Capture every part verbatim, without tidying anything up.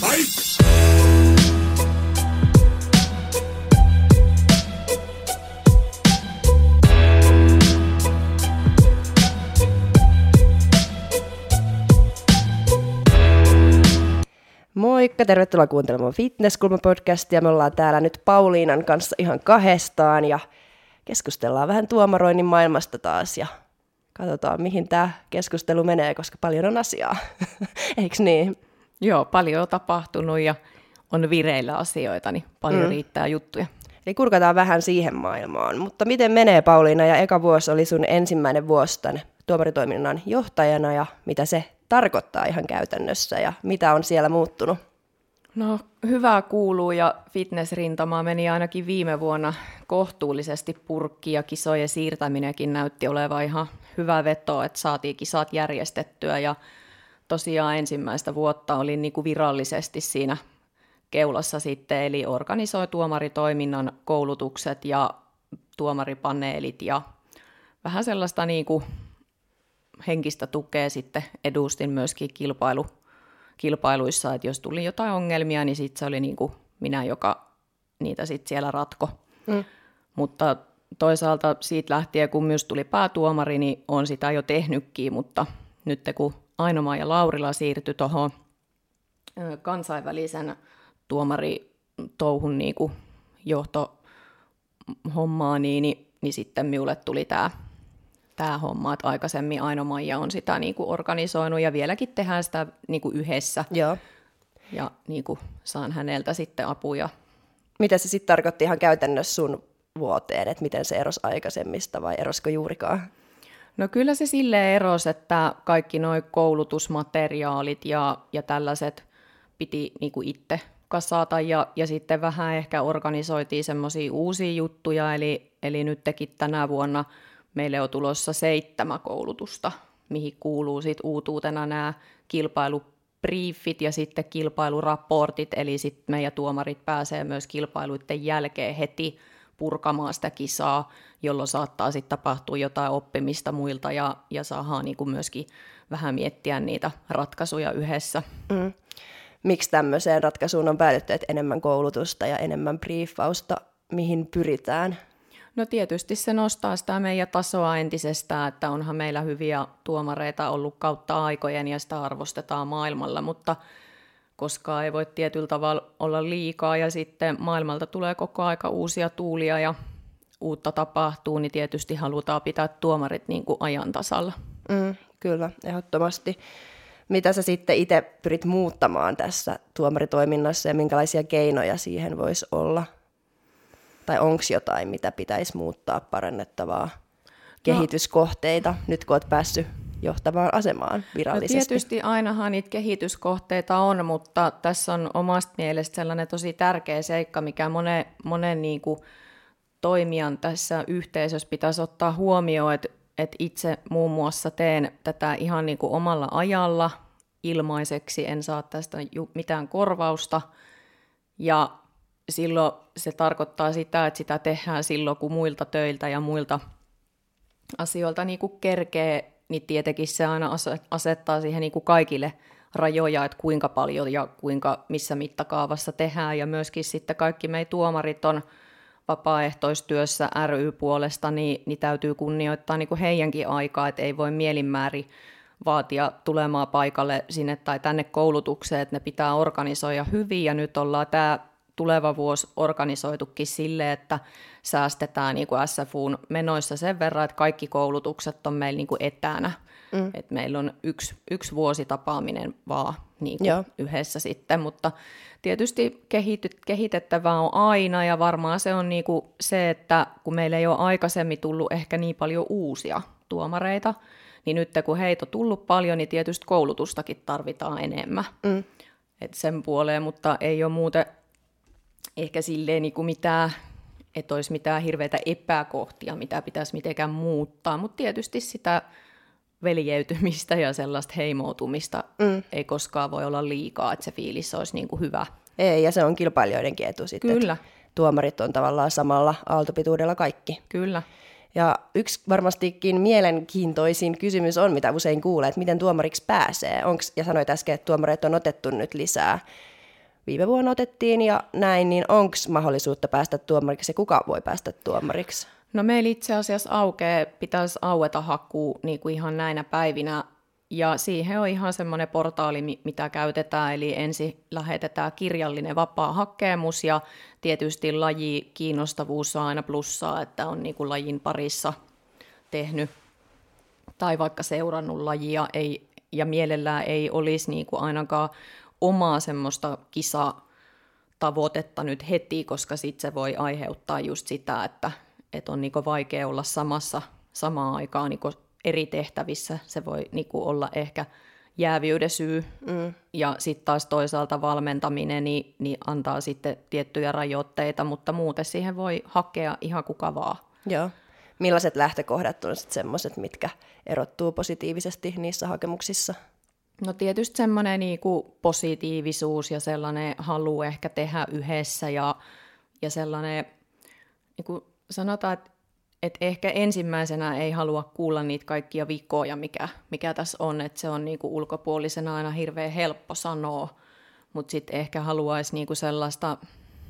Moikka, tervetuloa kuuntelemaan Fitnesskulma-podcastia. Me ollaan täällä nyt Pauliinan kanssa ihan kahdestaan ja keskustellaan vähän tuomaroinnin maailmasta taas ja katsotaan, mihin tämä keskustelu menee, koska paljon on asiaa. Eikö niin? Joo, paljon on tapahtunut ja on vireillä asioita, niin paljon mm. riittää juttuja. Eli kurkataan vähän siihen maailmaan. Mutta miten menee, Pauliina? Ja eka vuosi oli sun ensimmäinen vuosi tämän tuomaritoiminnan johtajana ja mitä se tarkoittaa ihan käytännössä ja mitä on siellä muuttunut? No, hyvää kuuluu ja fitnessrintamaa meni ainakin viime vuonna kohtuullisesti purkki ja kisojen siirtäminenkin näytti olevan ihan hyvä veto, että saatiin kisat järjestettyä ja tosiaan ensimmäistä vuotta olin niin kuin virallisesti siinä keulassa sitten, eli organisoi tuomaritoiminnan koulutukset ja tuomaripaneelit ja vähän sellaista niin kuin henkistä tukea sitten edustin myöskin kilpailu, kilpailuissa, että jos tuli jotain ongelmia, niin sitten se oli niin kuin minä, joka niitä sitten siellä ratko. Mm. Mutta toisaalta siitä lähtien, kun myös tuli päätuomari, niin olen sitä jo tehnytkin, mutta nyt kun Aino-Maija ja Laurila siirtyi tuohon kansainvälisen tuomaritouhun niin kuin johtohommaan, niin, niin, niin sitten minulle tuli tämä tämä homma, että aikaisemmin Aino-Maija on sitä niin kuin organisoinut ja vieläkin tehdään sitä niin kuin yhdessä. Joo. Ja niin kuin saan häneltä sitten apuja. Mitä se sitten tarkoitti ihan käytännössä sun vuoteen, että miten se erosi aikaisemmista vai erosko juurikaan? No kyllä se silleen erosi, että kaikki nuo koulutusmateriaalit ja, ja tällaiset piti niin kuin itse kasata ja, ja sitten vähän ehkä organisoitiin semmoisia uusia juttuja, eli, eli nyt tekin tänä vuonna meille on tulossa seitsemän koulutusta, mihin kuuluu sit uutuutena nämä kilpailubriefit ja sitten kilpailuraportit, eli sitten meidän tuomarit pääsee myös kilpailuiden jälkeen heti purkamaan sitä kisaa, jolloin saattaa sitten tapahtua jotain oppimista muilta ja, ja saadaan niinku myöskin vähän miettiä niitä ratkaisuja yhdessä. Mm. Miksi tämmöiseen ratkaisuun on päädytty, että enemmän koulutusta ja enemmän briefausta, mihin pyritään? No tietysti se nostaa sitä meidän tasoa entisestään, että onhan meillä hyviä tuomareita ollut kautta aikojen ja sitä arvostetaan maailmalla, mutta koska ei voi tietyllä tavalla olla liikaa ja sitten maailmalta tulee koko aika uusia tuulia ja uutta tapahtuu, niin tietysti halutaan pitää tuomarit niin kuin ajan tasalla. Mm, kyllä, ehdottomasti. Mitä sä sitten itse pyrit muuttamaan tässä tuomaritoiminnassa ja minkälaisia keinoja siihen voisi olla? Tai onko jotain, mitä pitäisi muuttaa, parannettavaa kehityskohteita, no, nyt kun olet päässyt johtavaan asemaan virallisesti? No tietysti ainahan niitä kehityskohteita on, mutta tässä on omasta mielestä sellainen tosi tärkeä seikka, mikä monen, monen niin kuin toimijan tässä yhteisössä pitäisi ottaa huomioon, että, että itse muun muassa teen tätä ihan niin kuin omalla ajalla ilmaiseksi, en saa tästä mitään korvausta ja silloin se tarkoittaa sitä, että sitä tehdään silloin, kun muilta töiltä ja muilta asioilta niin kuin kerkee, niin tietenkin se aina asettaa siihen niin kuin kaikille rajoja, että kuinka paljon ja kuinka missä mittakaavassa tehdään. Ja myöskin sitten kaikki meidän tuomarit on vapaaehtoistyössä ry-puolesta, niin, niin täytyy kunnioittaa niin kuin heidänkin aikaa, että ei voi mielinmäärin vaatia tulemaan paikalle sinne tai tänne koulutukseen, että ne pitää organisoida hyvin. Ja nyt ollaan tämä tuleva vuosi organisoitukin sille, että säästetään niin kuin S F U:n menoissa sen verran, että kaikki koulutukset on meillä niin kuin etänä. Mm. Että meillä on yksi, yksi vuositapaaminen vaan niin kuin yhdessä sitten, mutta tietysti kehity, kehitettävää on aina ja varmaan se on niin kuin se, että kun meillä ei ole aikaisemmin tullut ehkä niin paljon uusia tuomareita, niin nyt kun heitä on tullut paljon, niin tietysti koulutustakin tarvitaan enemmän. Mm. Et sen puoleen, mutta ei ole muuten ehkä silleen niin kuin mitään, että olisi mitään hirveitä epäkohtia, mitä pitäisi mitenkään muuttaa, mutta tietysti sitä veljeytymistä ja sellaista heimoutumista mm. ei koskaan voi olla liikaa, että se fiilis olisi niin kuin hyvä. Ei, ja se on kilpailijoidenkin etu sitten. Kyllä. Tuomarit on tavallaan samalla aaltopituudella kaikki. Kyllä. Ja yksi varmastikin mielenkiintoisin kysymys on, mitä usein kuulee, että miten tuomariksi pääsee. Onks, ja sanoit äsken, että tuomareita on otettu nyt lisää. viime vuonna otettiin ja näin, niin onko mahdollisuutta päästä tuomariksi ja kuka voi päästä tuomariksi? No meillä itse asiassa aukeaa, pitäisi aueta haku niin kuin ihan näinä päivinä, ja siihen on ihan semmoinen portaali, mitä käytetään, eli ensin lähetetään kirjallinen vapaa hakemus, ja tietysti laji kiinnostavuus on aina plussaa, että on niin kuin lajin parissa tehnyt tai vaikka seurannut lajia, ei, ja mielellään ei olisi niin kuin ainakaan omaa semmoista kisatavoitetta nyt heti, koska sitten se voi aiheuttaa just sitä, että, että on niin kuin vaikea olla samassa samaan aikaan niin kuin eri tehtävissä. Se voi niin kuin olla ehkä jääviyden syy, mm. ja sitten taas toisaalta valmentaminen niin, niin antaa sitten tiettyjä rajoitteita, mutta muuten siihen voi hakea ihan kuka vaan. Joo. Millaiset lähtökohdat on sitten semmoiset, mitkä erottuu positiivisesti niissä hakemuksissa? No tietysti semmoinen niinku positiivisuus ja sellainen halu ehkä tehdä yhdessä ja, ja sellainen, niinku sanotaan, että et ehkä ensimmäisenä ei halua kuulla niitä kaikkia vikoja, mikä, mikä tässä on, että se on niinku ulkopuolisena aina hirveän helppo sanoa, mutta sitten ehkä haluaisi niinku sellaista,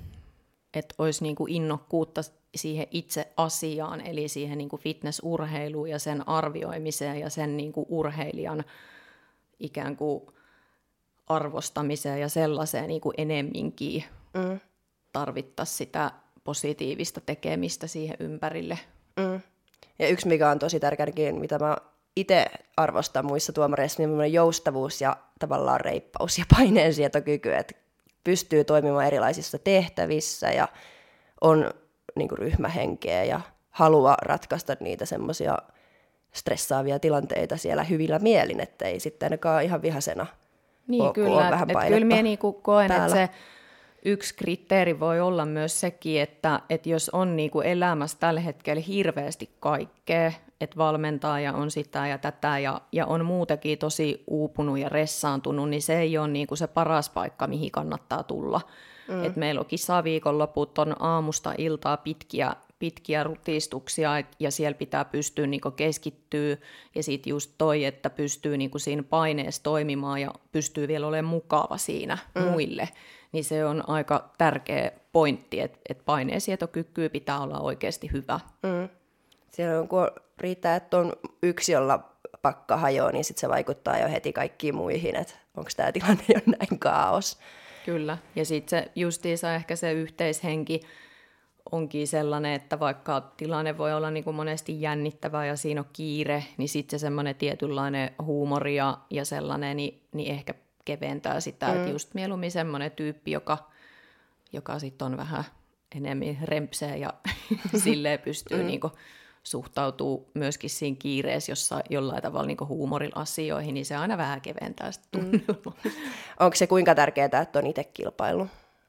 että olisi niinku innokkuutta siihen itse asiaan, eli siihen niinku fitnessurheiluun ja sen arvioimiseen ja sen niinku urheilijan ikään kuin arvostamiseen ja sellaiseen niin kuin enemminkin mm. tarvittaisiin sitä positiivista tekemistä siihen ympärille. Mm. Ja yksi, mikä on tosi tärkeäkin, mitä mä itse arvostan muissa tuomareissa, niin on joustavuus ja tavallaan reippaus ja paineensietokyky, että pystyy toimimaan erilaisissa tehtävissä ja on niin kuin ryhmähenkeä ja halua ratkaista niitä semmoisia stressaavia tilanteita siellä hyvillä mielin, ettei sitten ainakaan ihan vihasena niin, ole, kyllä, kun on vähän painetta. Kyllä minä niinku koen, päällä. Että se yksi kriteeri voi olla myös sekin, että, että jos on niinku elämässä tällä hetkellä hirveästi kaikkea, että valmentaa ja on sitä ja tätä ja, ja on muutenkin tosi uupunut ja ressaantunut, niin se ei ole niinku se paras paikka, mihin kannattaa tulla. Mm. Et meillä on kisaviikonloput, on aamusta iltaa pitkiä pitkiä rutistuksia, ja siellä pitää pystyä niinku keskittyä, ja sitten just toi, että pystyy niinku siinä paineessa toimimaan, ja pystyy vielä olemaan mukava siinä mm. muille, niin se on aika tärkeä pointti, että et paineensietokykyä pitää olla oikeasti hyvä. Mm. Siellä on, kun riittää, että on yksi, jolla pakka hajoaa, niin sit se vaikuttaa jo heti kaikkiin muihin, että onko tämä tilanne jo näin kaos. Kyllä, ja sitten se justiinsa ehkä se yhteishenki, onkin sellainen, että vaikka tilanne voi olla niin kuin monesti jännittävä ja siinä on kiire, niin sitten se semmoinen tietynlainen huumori ja, ja sellainen, niin, niin ehkä keventää sitä. Mm. Että just mieluummin semmoinen tyyppi, joka, joka sitten on vähän enemmän rempseä ja silleen pystyy mm. niin kuin suhtautumaan myöskin siinä kiireessä jossa, jollain tavalla niin kuin huumorilla asioihin, niin se aina vähän keventää sitä tunnelmaa. Mm. Onko se kuinka tärkeää, että on itse kilpailu?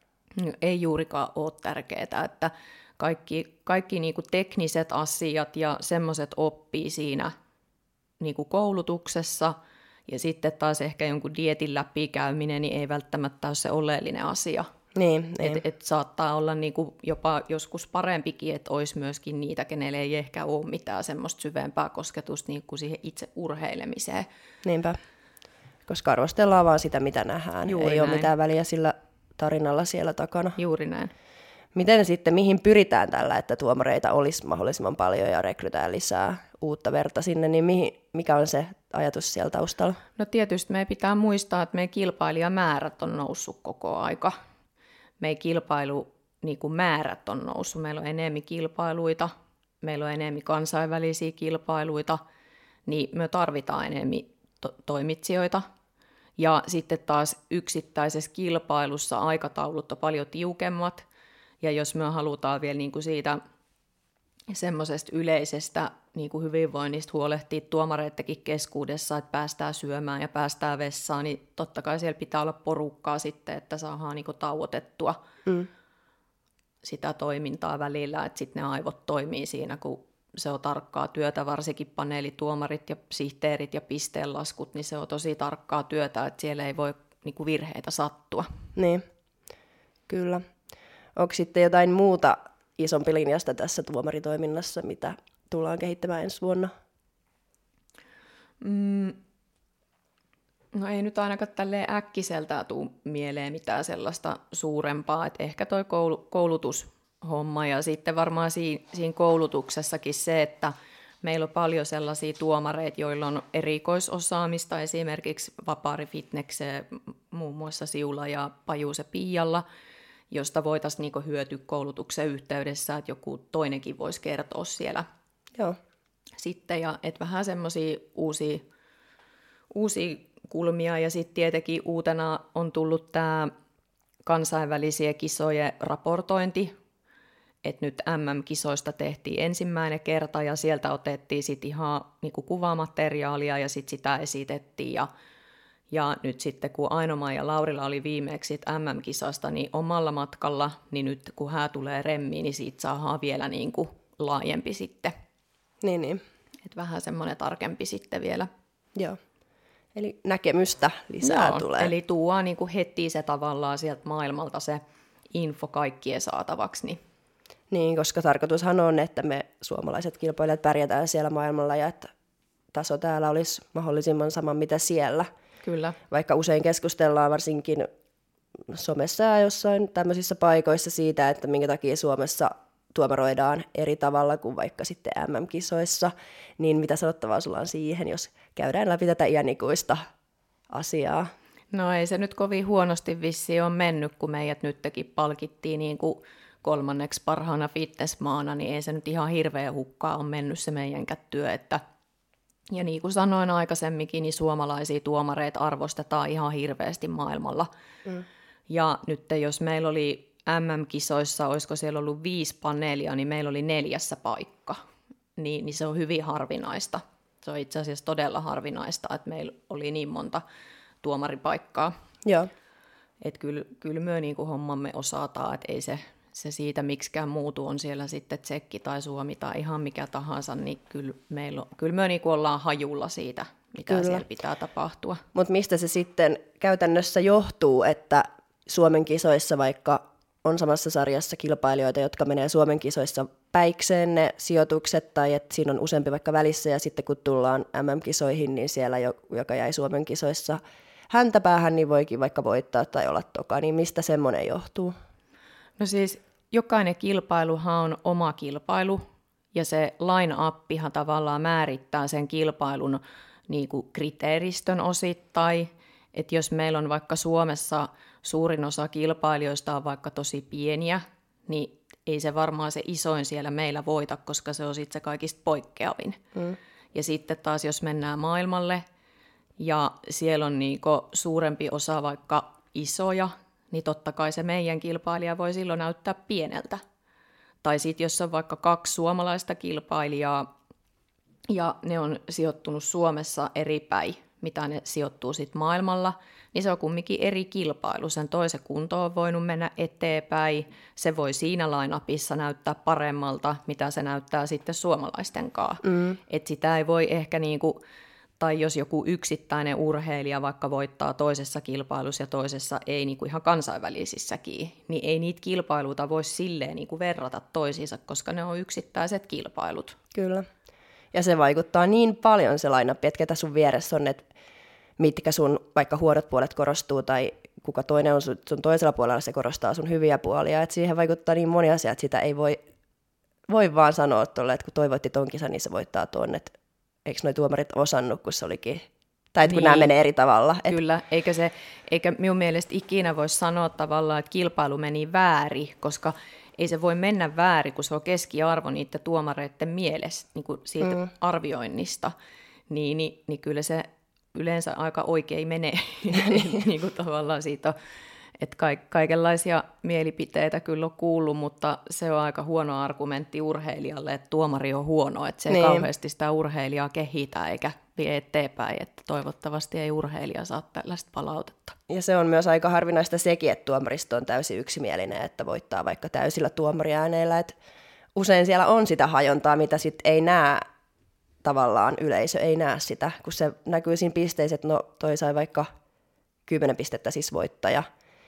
Ei juurikaan ole tärkeää, että kaikki, kaikki niinku tekniset asiat ja semmoiset oppii siinä niinku koulutuksessa, ja sitten taas ehkä jonkun dieetin läpikäyminen niin ei välttämättä ole se oleellinen asia. Niin, niin. Et, et saattaa olla niinku jopa joskus parempikin, että olisi myöskin niitä, kenelle ei ehkä ole mitään semmoista syvempää kosketusta niinku siihen itse urheilemiseen. Niinpä, koska arvostellaan vaan sitä, mitä nähdään. Juuri ei näin. ole mitään väliä sillä tarinalla siellä takana. Juuri näin. Miten sitten, mihin pyritään tällä, että tuomareita olisi mahdollisimman paljon ja rekrytään lisää uutta verta sinne, niin mihin, mikä on se ajatus siellä taustalla? No tietysti meidän pitää muistaa, että meidän kilpailijamäärät on noussut koko aika. Meidän kilpailumäärät on noussut. Meillä on enemmän kilpailuita, meillä on enemmän kansainvälisiä kilpailuita, niin me tarvitaan enemmän to- toimitsijoita. Ja sitten taas yksittäisessä kilpailussa aikataulut on paljon tiukemmat, ja jos me halutaan vielä niin kuin siitä semmoisesta yleisestä niin kuin hyvinvoinnista huolehtia tuomareittakin keskuudessa, että päästään syömään ja päästään vessaan, niin totta kai siellä pitää olla porukkaa sitten, että saadaan niin kuin tauotettua mm. sitä toimintaa välillä, että sitten ne aivot toimii siinä, kun se on tarkkaa työtä, varsinkin paneelituomarit ja sihteerit ja pisteenlaskut, niin se on tosi tarkkaa työtä, että siellä ei voi niin kuin virheitä sattua. Niin, kyllä. Onko sitten jotain muuta isompi linjasta tässä tuomaritoiminnassa, mitä tullaan kehittämään ensi vuonna? Mm, No ei nyt ainakaan tälleen äkkiseltään tule mieleen mitään sellaista suurempaa, että ehkä toi koulutushomma ja sitten varmaan siinä, siinä koulutuksessakin se, että meillä on paljon sellaisia tuomareita, joilla on erikoisosaamista, esimerkiksi vapaarifitnekseen, muun muassa Siula ja Pajuuse Piialla, josta voitaisiin niinku hyötyä koulutuksen yhteydessä, että joku toinenkin voisi kertoa siellä. Joo. Sitten, ja et vähän semmoisia uusia, uusia kulmia, ja sitten tietenkin uutena on tullut tämä kansainvälisiä kisojen raportointi, että nyt M M-kisoista tehtiin ensimmäinen kerta, ja sieltä otettiin sitten ihan niinku kuvamateriaalia, ja sitten sitä esitettiin, ja, ja nyt sitten kun Aino-Maija ja Laurila oli viimeksi M M-kisasta niin omalla matkalla, niin nyt kun hän tulee remmiin, niin siitä saadaan vielä niinku laajempi sitten. Niin, niin. Et vähän semmoinen tarkempi sitten vielä. Joo. Eli näkemystä lisää Joo, tulee. Eli tuodaan niin kuin heti se tavallaan sieltä maailmalta se info kaikkien saatavaksi. Niin. niin, koska tarkoitushan on, että me suomalaiset kilpailijat pärjätään siellä maailmalla ja että taso täällä olisi mahdollisimman sama mitä siellä. Kyllä. Vaikka usein keskustellaan varsinkin somessa ja jossain tämmöisissä paikoissa siitä, että minkä takia Suomessa tuomaroidaan eri tavalla kuin vaikka sitten M M-kisoissa, niin mitä sanottavaa sulla on siihen, jos käydään läpi tätä iänikuista asiaa? No ei se nyt kovin huonosti vissiin ole mennyt, kun meidät nytkin palkittiin niin kuin kolmanneksi parhaana fitnessmaana, niin ei se nyt ihan hirveä hukkaa on mennyt se meidänkään työ. Että... Ja niin kuin sanoin aikaisemminkin, niin suomalaisia tuomareita arvostetaan ihan hirveästi maailmalla. Mm. Ja nyt jos meillä oli M M-kisoissa, olisiko siellä ollut viisi paneelia, niin meillä oli neljässä paikka. Niin, niin se on hyvin harvinaista. Se on itse asiassa todella harvinaista, että meillä oli niin monta tuomaripaikkaa. Joo. Että kyllä, kyllä me niin kuin hommamme osataan, että ei se, se siitä miksikään muutu, on siellä sitten Tsekki tai Suomi tai ihan mikä tahansa, niin kyllä, meillä on, kyllä me niin kuin ollaan hajulla siitä, mitä kyllä siellä pitää tapahtua. Mutta mistä se sitten käytännössä johtuu, että Suomen kisoissa vaikka on samassa sarjassa kilpailijoita, jotka menee Suomen kisoissa päikseen ne sijoitukset, tai että siinä on useampi vaikka välissä, ja sitten kun tullaan M M-kisoihin, niin siellä, joka jäi Suomen kisoissa häntä päähän, niin voikin vaikka voittaa tai olla toka, niin mistä semmoinen johtuu? No siis jokainen kilpailuhan on oma kilpailu, ja se line-uppihan tavallaan määrittää sen kilpailun niin kuin kriteeristön osittain, että jos meillä on vaikka Suomessa suurin osa kilpailijoista on vaikka tosi pieniä, niin ei se varmaan se isoin siellä meillä voita, koska se on sitten se kaikista poikkeavin. Mm. Ja sitten taas jos mennään maailmalle ja siellä on niinku suurempi osa vaikka isoja, niin totta kai se meidän kilpailija voi silloin näyttää pieneltä. Tai sitten jos on vaikka kaksi suomalaista kilpailijaa ja ne on sijoittunut Suomessa eri päin, mitä ne sijoittuu sitten maailmalla, niin se on kumminkin eri kilpailu. Sen toisen kunto on voinut mennä eteenpäin. Se voi siinä line-upissa näyttää paremmalta, mitä se näyttää sitten suomalaisten kanssa. Mm. Et sitä ei voi ehkä niinku, tai jos joku yksittäinen urheilija vaikka voittaa toisessa kilpailussa ja toisessa ei niinku ihan kansainvälisissäkin, niin ei niitä kilpailuita voi silleen niinku verrata toisiinsa, koska ne on yksittäiset kilpailut. Kyllä. Ja se vaikuttaa niin paljon se line-up, että ketä sun vieressä on, että mitkä sun vaikka huonot puolet korostuu tai kuka toinen on sun toisella puolella, se korostaa sun hyviä puolia. Et siihen vaikuttaa niin moni asia, että sitä ei voi, voi vaan sanoa tolle, että kun toi voitti ton kisan, niin se voittaa ton. Et eikö noi tuomarit osannut, kun se olikin, tai kun niin, nämä menee eri tavalla. Et... Kyllä, eikä, se, eikä minun mielestä ikinä voi sanoa tavallaan, että kilpailu meni väärin, koska ei se voi mennä väärin, kun se on keskiarvo niiden tuomareiden mielessä, niin kuin siitä mm. arvioinnista, niin, niin, niin kyllä se yleensä aika oikein menee. niin kuin tavallaan siitä on, että kaikenlaisia mielipiteitä kyllä on kuullut, mutta se on aika huono argumentti urheilijalle, että tuomari on huono, että se ei niin kauheasti sitä urheilijaa kehitä eikä vie eteenpäin, että toivottavasti ei urheilija saa tällaista palautetta. Ja se on myös aika harvinaista sekin, että tuomaristo on täysin yksimielinen, että voittaa vaikka täysillä tuomariääneillä, että usein siellä on sitä hajontaa, mitä sitten ei näe tavallaan, yleisö ei näe sitä, kun se näkyy siinä pisteissä, että no toi sai vaikka kymmenen pistettä siis voittaja,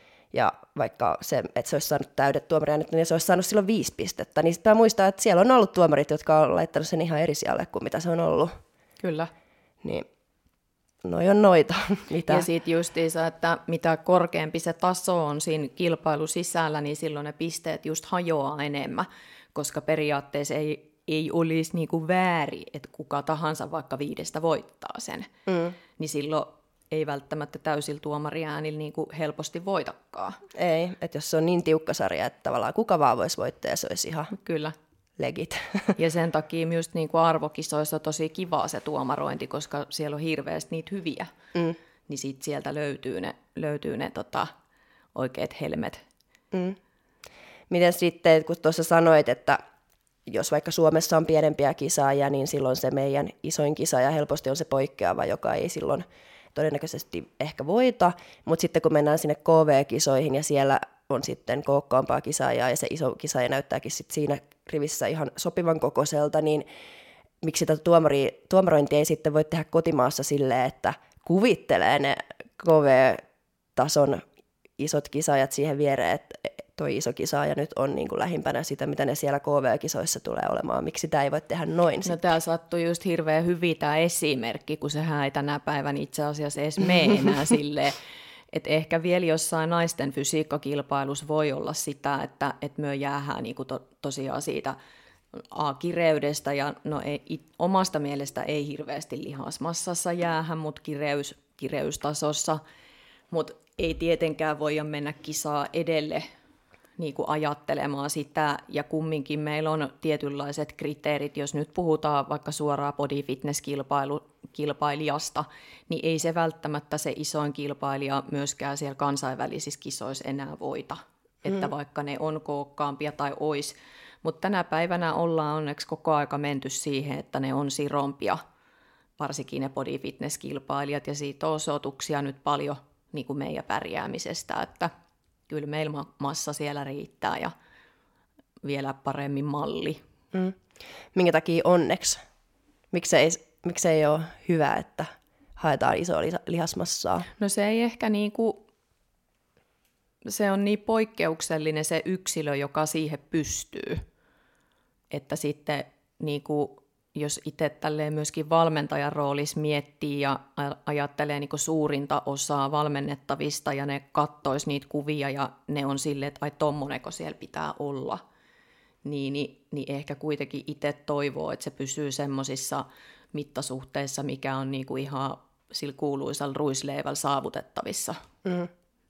ja vaikka se, että se olisi saanut täydet tuomariäänet, niin se olisi saanut silloin viisi pistettä, niin sitten muistaa, että siellä on ollut tuomarit, jotka on laittanut sen ihan eri sijalle kuin mitä se on ollut. Kyllä. Niin noi on noita. Mitä? Ja sitten justiinsa, että mitä korkeampi se taso on siinä kilpailu sisällä, niin silloin ne pisteet just hajoaa enemmän, koska periaatteessa ei, ei olisi niinku väärin, että kuka tahansa vaikka viidestä voittaa sen. Mm. Niin silloin ei välttämättä täysillä tuomariäänillä niinku helposti voitakaan. Ei, että jos se on niin tiukka sarja, että tavallaan kuka vaan voisi voittaa ja se olisi ihan Kyllä. legit. Ja sen takia myös niinku arvokisoissa on tosi kivaa se tuomarointi, koska siellä on hirveästi niitä hyviä. Mm. Niin sit sieltä löytyy ne, löytyy ne tota, oikeat helmet. Mm. Miten sitten, kun tuossa sanoit, että jos vaikka Suomessa on pienempiä kisaajia, niin silloin se meidän isoin kisaaja helposti on se poikkeava, joka ei silloin todennäköisesti ehkä voita, mutta sitten kun mennään sinne K V-kisoihin ja siellä on sitten kookkaampaa kisaajaa ja se iso kisaaja näyttääkin sit siinä rivissä ihan sopivan kokoiselta, niin miksi tätä tuomari, tuomarointia ei sitten voi tehdä kotimaassa silleen, että kuvittelee ne K V-tason isot kisaajat siihen viereen, että toi iso kisaaja nyt on niin kuin lähimpänä sitä, mitä ne siellä K V-kisoissa tulee olemaan. Miksi tämä ei voi tehdä noin? No tämä sattui just hirveän hyvin tämä esimerkki, kun sehän ei tänä päivänä itse asiassa edes mene enää silleen, että ehkä vielä jossain naisten fysiikkakilpailussa voi olla sitä, että, että me jäähän niin kuin to, tosiaan siitä A-kireydestä, ja no ei, it, omasta mielestä ei hirveästi lihasmassassa jäähän, mutta kireys, kireystasossa, mutta ei tietenkään voida mennä kisaa edelle niin kuin ajattelemaan sitä, ja kumminkin meillä on tietynlaiset kriteerit, jos nyt puhutaan vaikka suoraan body fitness-kilpailijasta, niin ei se välttämättä se isoin kilpailija myöskään siellä kansainvälisissä kisoissa enää voita, mm. että vaikka ne on kookkaampia tai ois, mutta tänä päivänä ollaan onneksi koko aika menty siihen, että ne on sirompia, varsinkin ne body fitness-kilpailijat, ja siitä on osoituksia nyt paljon niin kuin meidän pärjäämisestä, että kyllä meillä massa siellä riittää ja vielä paremmin malli. Mm. Minkä takia onneksi? Miksei, miksei ole hyvä, että haetaan isoa lihasmassaa? No se ei ehkä niinku, se on niin poikkeuksellinen se yksilö, joka siihen pystyy, että sitten niinku, jos itse tälleen myöskin valmentajan roolissa miettii ja ajattelee niin kuin suurinta osaa valmennettavista ja ne kattois niitä kuvia ja ne on silleen, että ai tommoneko siellä pitää olla, niin, niin, niin ehkä kuitenkin itse toivoo, että se pysyy semmoisissa mittasuhteissa, mikä on niin kuin ihan sillä kuuluisalla ruisleivällä saavutettavissa. Mm.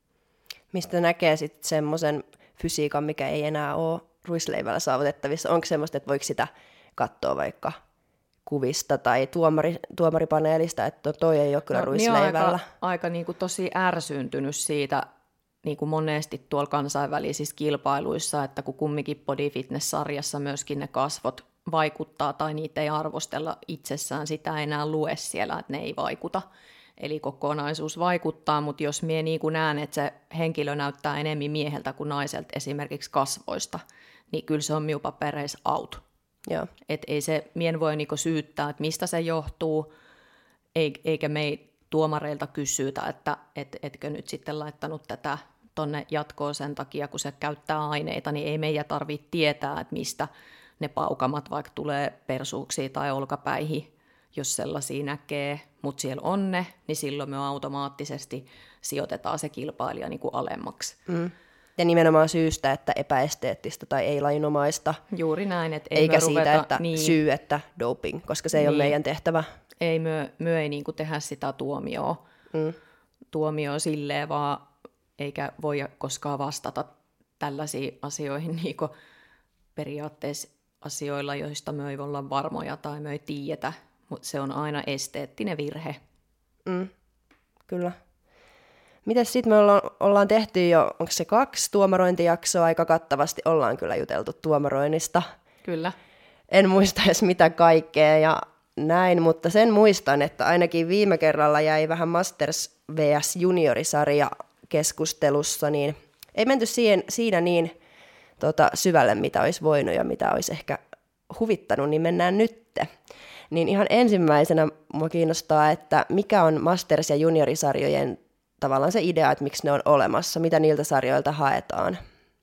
Mistä näkee sitten semmoisen fysiikan, mikä ei enää ole ruisleivällä saavutettavissa? Onko semmoista, että voiko sitä katsoa vaikka kuvista tai tuomari, tuomaripaneelista, että toi ei ole kyllä no, ruisleivällä? Niin aika, aika niin kuin tosi ärsyyntynyt siitä niin kuin monesti tuolla kansainvälisissä kilpailuissa, että kun kumminkin body fitness-sarjassa myöskin ne kasvot vaikuttaa tai niitä ei arvostella itsessään, sitä ei enää lue siellä, että ne ei vaikuta. Eli kokonaisuus vaikuttaa, mutta jos mie niin kuin näen, että se henkilö näyttää enemmän mieheltä kuin naiselta esimerkiksi kasvoista, niin kyllä se on minun papereissa out. Että ei se, mien voi niinku syyttää, että mistä se johtuu, eikä me tuomareilta kysytä, että et, etkö nyt sitten laittanut tätä tonne jatkoon sen takia, kun se käyttää aineita, niin ei meidän tarvitse tietää, että mistä ne paukamat vaikka tulee persuuksiin tai olkapäihin, jos sellaisia näkee, mutta siellä on ne, niin silloin me automaattisesti sijoitetaan se kilpailija niinku alemmaksi. Mm. Ja nimenomaan syystä, että epäesteettistä tai ei-lainomaista. Juuri näin. Että eikä me siitä, ruveta, että niin, syy, että doping, koska se ei niin, ole meidän tehtävä. Ei, me, me ei niin kuin tehdä sitä tuomioa, mm. tuomioa silleen, vaan eikä voi koskaan vastata tällaisiin asioihin niin kuin periaatteessa asioilla, joista me ei olla varmoja tai me ei tiedetä, mutta se on aina esteettinen virhe. Mm. Kyllä. Mites sitten me ollaan, ollaan tehty jo, onko se kaksi tuomarointijaksoa, aika kattavasti ollaan kyllä juteltu tuomaroinnista. Kyllä. En muista edes mitä kaikkea ja näin, mutta sen muistan, että ainakin viime kerralla jäi vähän Masters versus juniorisarja keskustelussa, niin ei menty siihen, siinä niin tota, syvälle, mitä olisi voinut ja mitä olisi ehkä huvittanut, niin mennään nytte. Niin ihan ensimmäisenä mua kiinnostaa, että mikä on Masters- ja juniorisarjojen tavallaan se idea, että miksi ne on olemassa, mitä niiltä sarjoilta haetaan?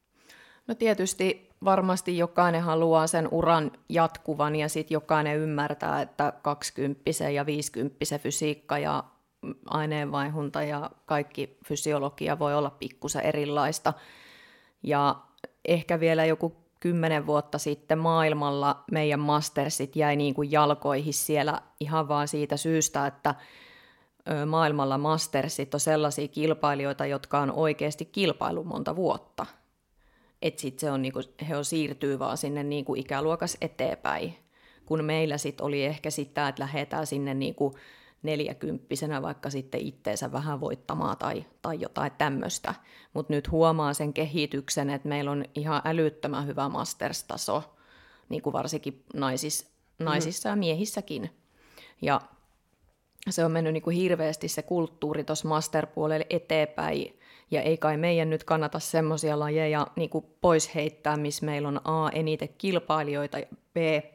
No tietysti varmasti jokainen haluaa sen uran jatkuvan ja sitten jokainen ymmärtää, että kaksikymppisen ja viisikymppisen fysiikka ja aineenvaihunta ja kaikki fysiologia voi olla pikkusen erilaista. Ja ehkä vielä joku kymmenen vuotta sitten maailmalla meidän mastersit jäi niin kuin jalkoihin siellä ihan vaan siitä syystä, että maailmalla mastersit on sellaisia kilpailijoita, jotka on oikeasti kilpailu monta vuotta. Että sitten se on niinku, he on siirtyy vaan sinne niinku ikäluokas eteenpäin, kun meillä sitten oli ehkä sitä, että lähdetään sinne niinku neljäkymppisenä vaikka sitten itteensä vähän voittamaan tai, tai jotain tämmöistä. Mutta nyt huomaa sen kehityksen, että meillä on ihan älyttömän hyvä masters-taso, niinku varsinkin naisissa, naisissa mm. ja miehissäkin. Ja se on mennyt niinku hirveästi se kulttuuri tuossa master-puolelle eteenpäin. Ja ei kai meidän nyt kannata semmoisia lajeja niin kuin pois heittää, missä meillä on A, eniten kilpailijoita, ja B,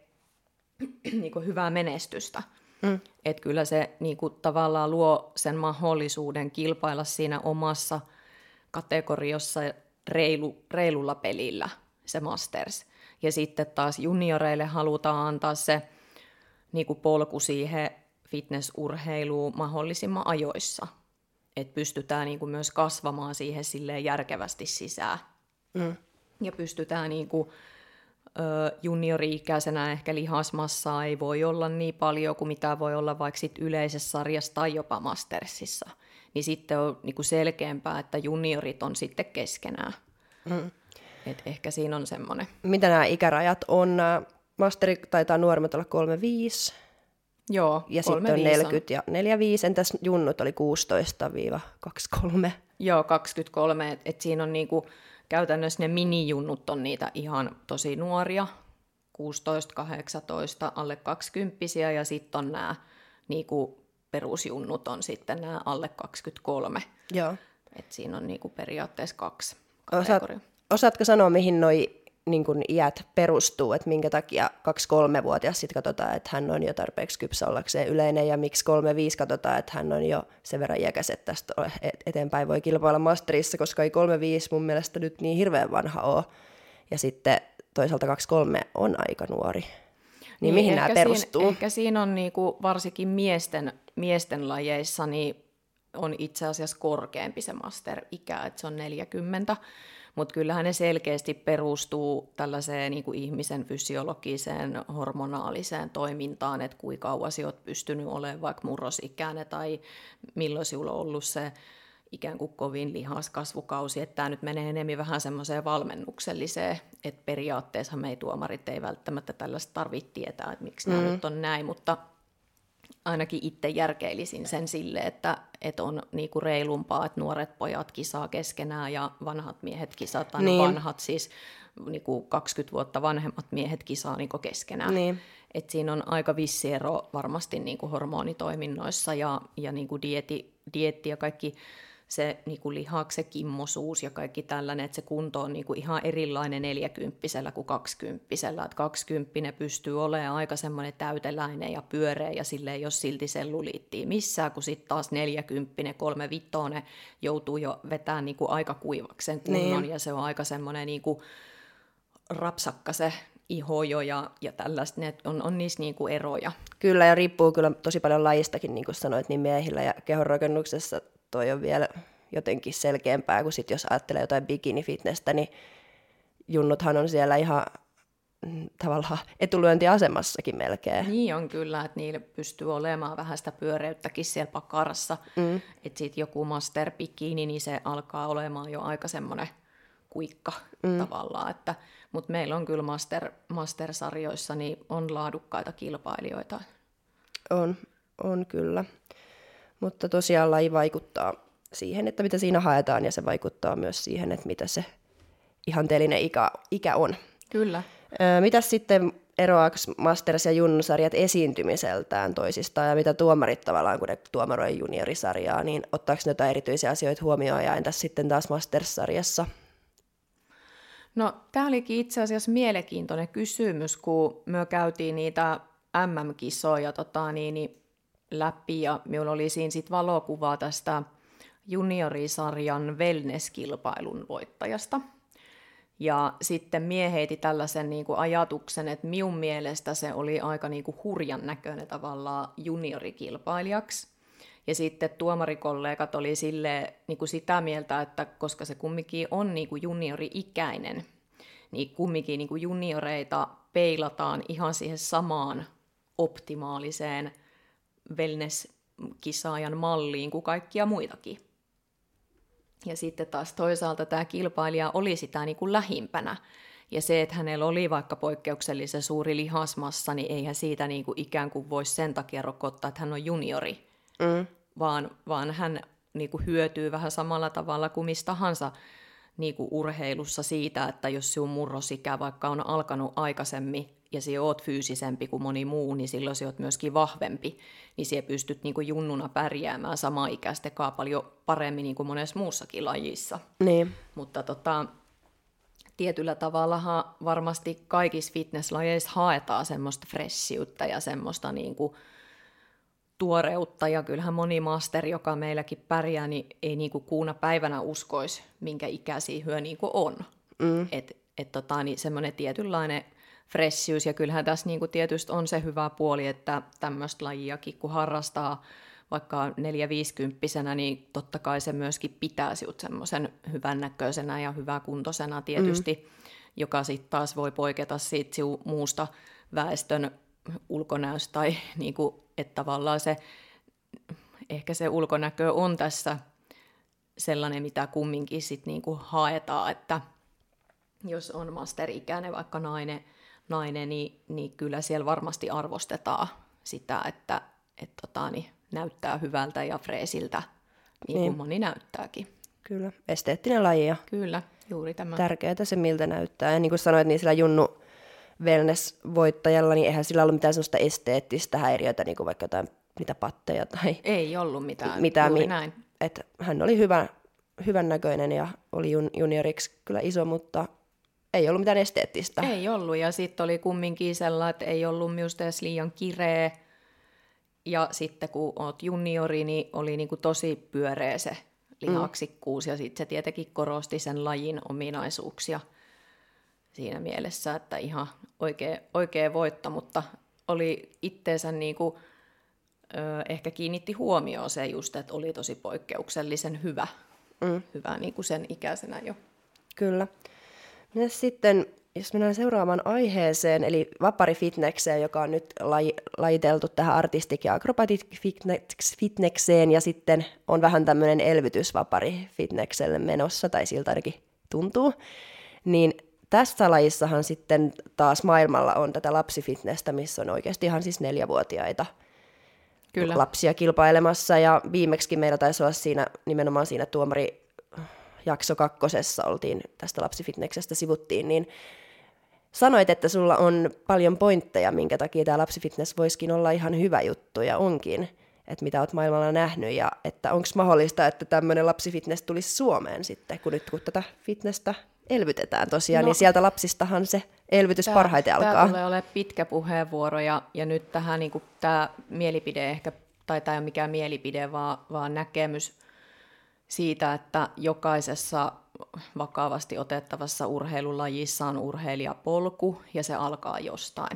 niin kuin hyvää menestystä. Mm. Että kyllä se niin kuin tavallaan luo sen mahdollisuuden kilpailla siinä omassa kategoriassa reilu, reilulla pelillä, se masters. Ja sitten taas junioreille halutaan antaa se niin kuin polku siihen fitnessurheiluun mahdollisimman ajoissa. Että pystytään niinku myös kasvamaan siihen silleen järkevästi sisään. Mm. Ja pystytään niinku, ö, juniori-ikäisenä ehkä lihasmassaa ei voi olla niin paljon kuin mitä voi olla vaikka sit yleisessä sarjassa tai jopa mastersissa. Niin sitten on niinku selkeämpää, että juniorit on sitten keskenään. Mm. Et ehkä siinä on semmoinen. Mitä nämä ikärajat on? Masteri taitaa nuoremmat olla kolme viisi. Joo, ja sitten on neljäkymmentä ja neljäkymmentäviisi. Entäs junnut oli kuusitoista kaksikymmentäkolme? Joo, kaksikymmentäkolme. Että et siinä on niinku, käytännössä ne minijunnut on niitä ihan tosi nuoria, kuusitoista kahdeksantoista, alle kaksikymppisiä, ja sitten on nämä niinku, perusjunnut on sitten nämä alle kaksikymmentäkolme. Joo. Et siinä on niinku, periaatteessa kaksi kategoriaa. Osaat, osaatko sanoa, mihin noi niin kun iät perustuu, että minkä takia kaksi-kolmevuotias sitten katsotaan, että hän on jo tarpeeksi kypsä ollakseen yleinen, ja miksi kolme-viisi katsotaan, että hän on jo sen verran iäkäs, että tästä eteenpäin voi kilpailla masterissa, koska ei kolme-viisi mun mielestä nyt niin hirveän vanha ole, ja sitten toisaalta kaksi-kolme on aika nuori. Niin, niin mihin nämä perustuu? Siinä, ehkä siinä on niinku, varsinkin miesten, miesten lajeissa niin on itse asiassa korkeampi se master-ikä, että se on neljäkymmentä. Mutta kyllähän ne selkeästi perustuu tällaiseen niin kuin ihmisen fysiologiseen, hormonaaliseen toimintaan, että kuinka kauan sinä olet pystynyt olemaan vaikka murrosikäinen tai milloin sinulla on ollut se ikään kuin kovin lihaskasvukausi. Että tämä nyt menee enemmän vähän semmoiseen valmennukselliseen, että periaatteessa me ei tuomarit ei välttämättä tällaista tarvitse tietää, että miksi mm. nämä nyt on näin, mutta ainakin itse järkeilisin sen silleen, että, että on niinku reilumpaa, että nuoret pojat kisaa keskenään ja vanhat miehet kisaa, tai niin. vanhat siis niinku kaksikymmentä vuotta vanhemmat miehet kisaa niinku keskenään. Niin. Et siinä on aika vissi ero varmasti niinku hormonitoiminnoissa ja, ja niinku dieti, dieetti ja kaikki se niinku lihaksen kimmosuus ja kaikki tällainen, että se kunto on niinku ihan erilainen neljäkymppisellä kuin kaksikymppisellä. Että kaksikymppinen pystyy olemaan aika semmoinen täyteläinen ja pyöreä ja sille ei ole silti selluliittiä missään, kun sitten taas neljäkymppinen, kolme vittoinen joutuu jo vetämään niinku aika kuivaksi sen kunnon niin. Ja se on aika semmoinen niinku rapsakka se iho jo ja, ja tällaista, ne on, on niissä niinku eroja. Kyllä, ja riippuu kyllä tosi paljon lajistakin, niin kuin sanoit, niin miehillä ja kehonrakennuksessa toi on vielä jotenkin selkeämpää, kuin sit jos ajattelee jotain bikini-fitnessä, niin junnuthan on siellä ihan mm, tavallaan etulyöntiasemassakin melkein. Niin on kyllä, että niille pystyy olemaan vähän sitä pyöreyttäkin siellä pakarassa. Mm. Että sitten joku master bikini, niin se alkaa olemaan jo aika semmoinen kuikka mm. tavallaan. Että, mutta meillä on kyllä master, master-sarjoissa, niin on laadukkaita kilpailijoita. On, on kyllä. Mutta tosiaan laji vaikuttaa siihen, että mitä siinä haetaan, ja se vaikuttaa myös siihen, että mitä se ihanteellinen ikä, ikä on. Kyllä. Öö, mitäs sitten eroaako Masters- ja Junnusarjat esiintymiseltään toisistaan, ja mitä tuomarit tavallaan, kun ne tuomaroi juniorisarjaa, niin ottaako ne jotain erityisiä asioita huomioon, ja entäs sitten taas Masters-sarjassa? No, tämä olikin itse asiassa mielenkiintoinen kysymys, kun me käytiin niitä M M-kisoja tota, niin, niin läpi, ja minulla oli siinä sit valokuvaa tästä juniorisarjan wellness-kilpailun voittajasta. Ja sitten mie heiti tällaisen niin kuin ajatuksen, että minun mielestä se oli aika niin kuin hurjan näköinen tavallaan juniorikilpailijaksi. Ja sitten tuomarikollegat oli silleen, niin kuin sitä mieltä, että koska se kumminkin on niin kuin juniori-ikäinen, niin kumminkin niin kuin junioreita peilataan ihan siihen samaan optimaaliseen wellness-kisaajan malliin kuin kaikkia muitakin. Ja sitten taas toisaalta tämä kilpailija oli sitä niin kuin lähimpänä. Ja se, että hänellä oli vaikka poikkeuksellisen suuri lihasmassa, niin eihän siitä niin kuin ikään kuin voisi sen takia rokottaa, että hän on juniori. Mm. Vaan, vaan hän niin kuin hyötyy vähän samalla tavalla kuin mistä tahansa niin kuin urheilussa siitä, että jos sinun murrosikä vaikka on alkanut aikaisemmin ja sinä olet fyysisempi kuin moni muu, niin silloin sinä olet myöskin vahvempi, niin sinä pystyt niin kuin junnuna pärjäämään samaikäistekaan paljon paremmin niin kuin monessa muussakin lajissa. Niin. Mutta tota, tietyllä tavallahan varmasti kaikissa fitnesslajeissa haetaan semmoista freshiyttä ja semmoista niin kuin tuoreutta, ja kyllähän moni master, joka meilläkin pärjää, niin ei niin kuin kuuna päivänä uskoisi, minkä ikäisiä hyö niin kuin on. Mm. Että et tota, niin semmoinen tietynlainen freshyys, ja kyllähän tässä niin kuin tietysti on se hyvä puoli, että tämmöistä lajiakin, kun harrastaa vaikka neljä-viisikymppisenä, niin totta kai se myöskin pitää sinut semmoisen hyvännäköisenä ja hyväkuntoisena tietysti, mm. joka sitten taas voi poiketa siitä muusta väestön ulkonäöstä, tai niin kuin, että tavallaan se, ehkä se ulkonäkö on tässä sellainen, mitä kumminkin sit niin kuin haetaan, että jos on master-ikäinen vaikka nainen, nainen niin, niin kyllä siellä varmasti arvostetaan sitä, että et tota, niin näyttää hyvältä ja freesiltä, niin kuin niin. moni näyttääkin. Kyllä, esteettinen laji ja kyllä, juuri tämä. Tärkeää se, miltä näyttää. Ja niin kuin sanoit, niin sillä junnu wellness-voittajalla, niin eihän sillä ollut mitään sellaista esteettistä häiriötä, niin kuin vaikka jotain mitä patteja tai... Ei ollut mitään, mitään juuri mi- näin. Että hän oli hyvä, hyvän näköinen ja oli jun- junioriksi kyllä iso, mutta ei ollut mitään esteettistä. Ei ollut, ja sitten oli kumminkin sellainen, että ei ollut minusta edes liian kireä. Ja sitten kun olet juniori, niin oli niinku tosi pyöreä se lihaksikkuus, mm. ja sitten se tietenkin korosti sen lajin ominaisuuksia siinä mielessä, että ihan oikea, oikea voitto, mutta oli itteensä niinku, ö, ehkä kiinnitti huomioon se just, että oli tosi poikkeuksellisen hyvä, mm. hyvä niinku sen ikäisenä jo. Kyllä. Ja sitten, jos mennään seuraavaan aiheeseen, eli vaparifitnekseen, joka on nyt laji, lajiteltu tähän artistic- ja acrobatic-fitnekseen, ja sitten on vähän tämmöinen elvytys vaparifitnekselle menossa, tai siltä ainakin tuntuu, niin tässä lajissahan sitten taas maailmalla on tätä lapsifitnessä, missä on oikeasti ihan siis neljävuotiaita Kyllä. lapsia kilpailemassa, ja viimeksi meillä taisi olla siinä, nimenomaan siinä tuomari jakso kakkosessa oltiin tästä lapsifitneksestä sivuttiin, niin sanoit, että sulla on paljon pointteja, minkä takia tämä lapsifitness voisikin olla ihan hyvä juttu, ja onkin, että mitä olet maailmalla nähnyt, ja että onko mahdollista, että tämmöinen lapsifitness tulisi Suomeen sitten, kun nyt kun tätä fitnessä elvytetään tosiaan, no, niin sieltä lapsistahan se elvytys tää, parhaiten alkaa. Tämä tulee olemaan pitkä puheenvuoro, ja, ja nyt tähän niin kuin, tämä mielipide ehkä, tai tämä ei ole mikään mielipide, vaan, vaan näkemys siitä, että jokaisessa vakavasti otettavassa urheilulajissa on urheilijapolku, ja se alkaa jostain.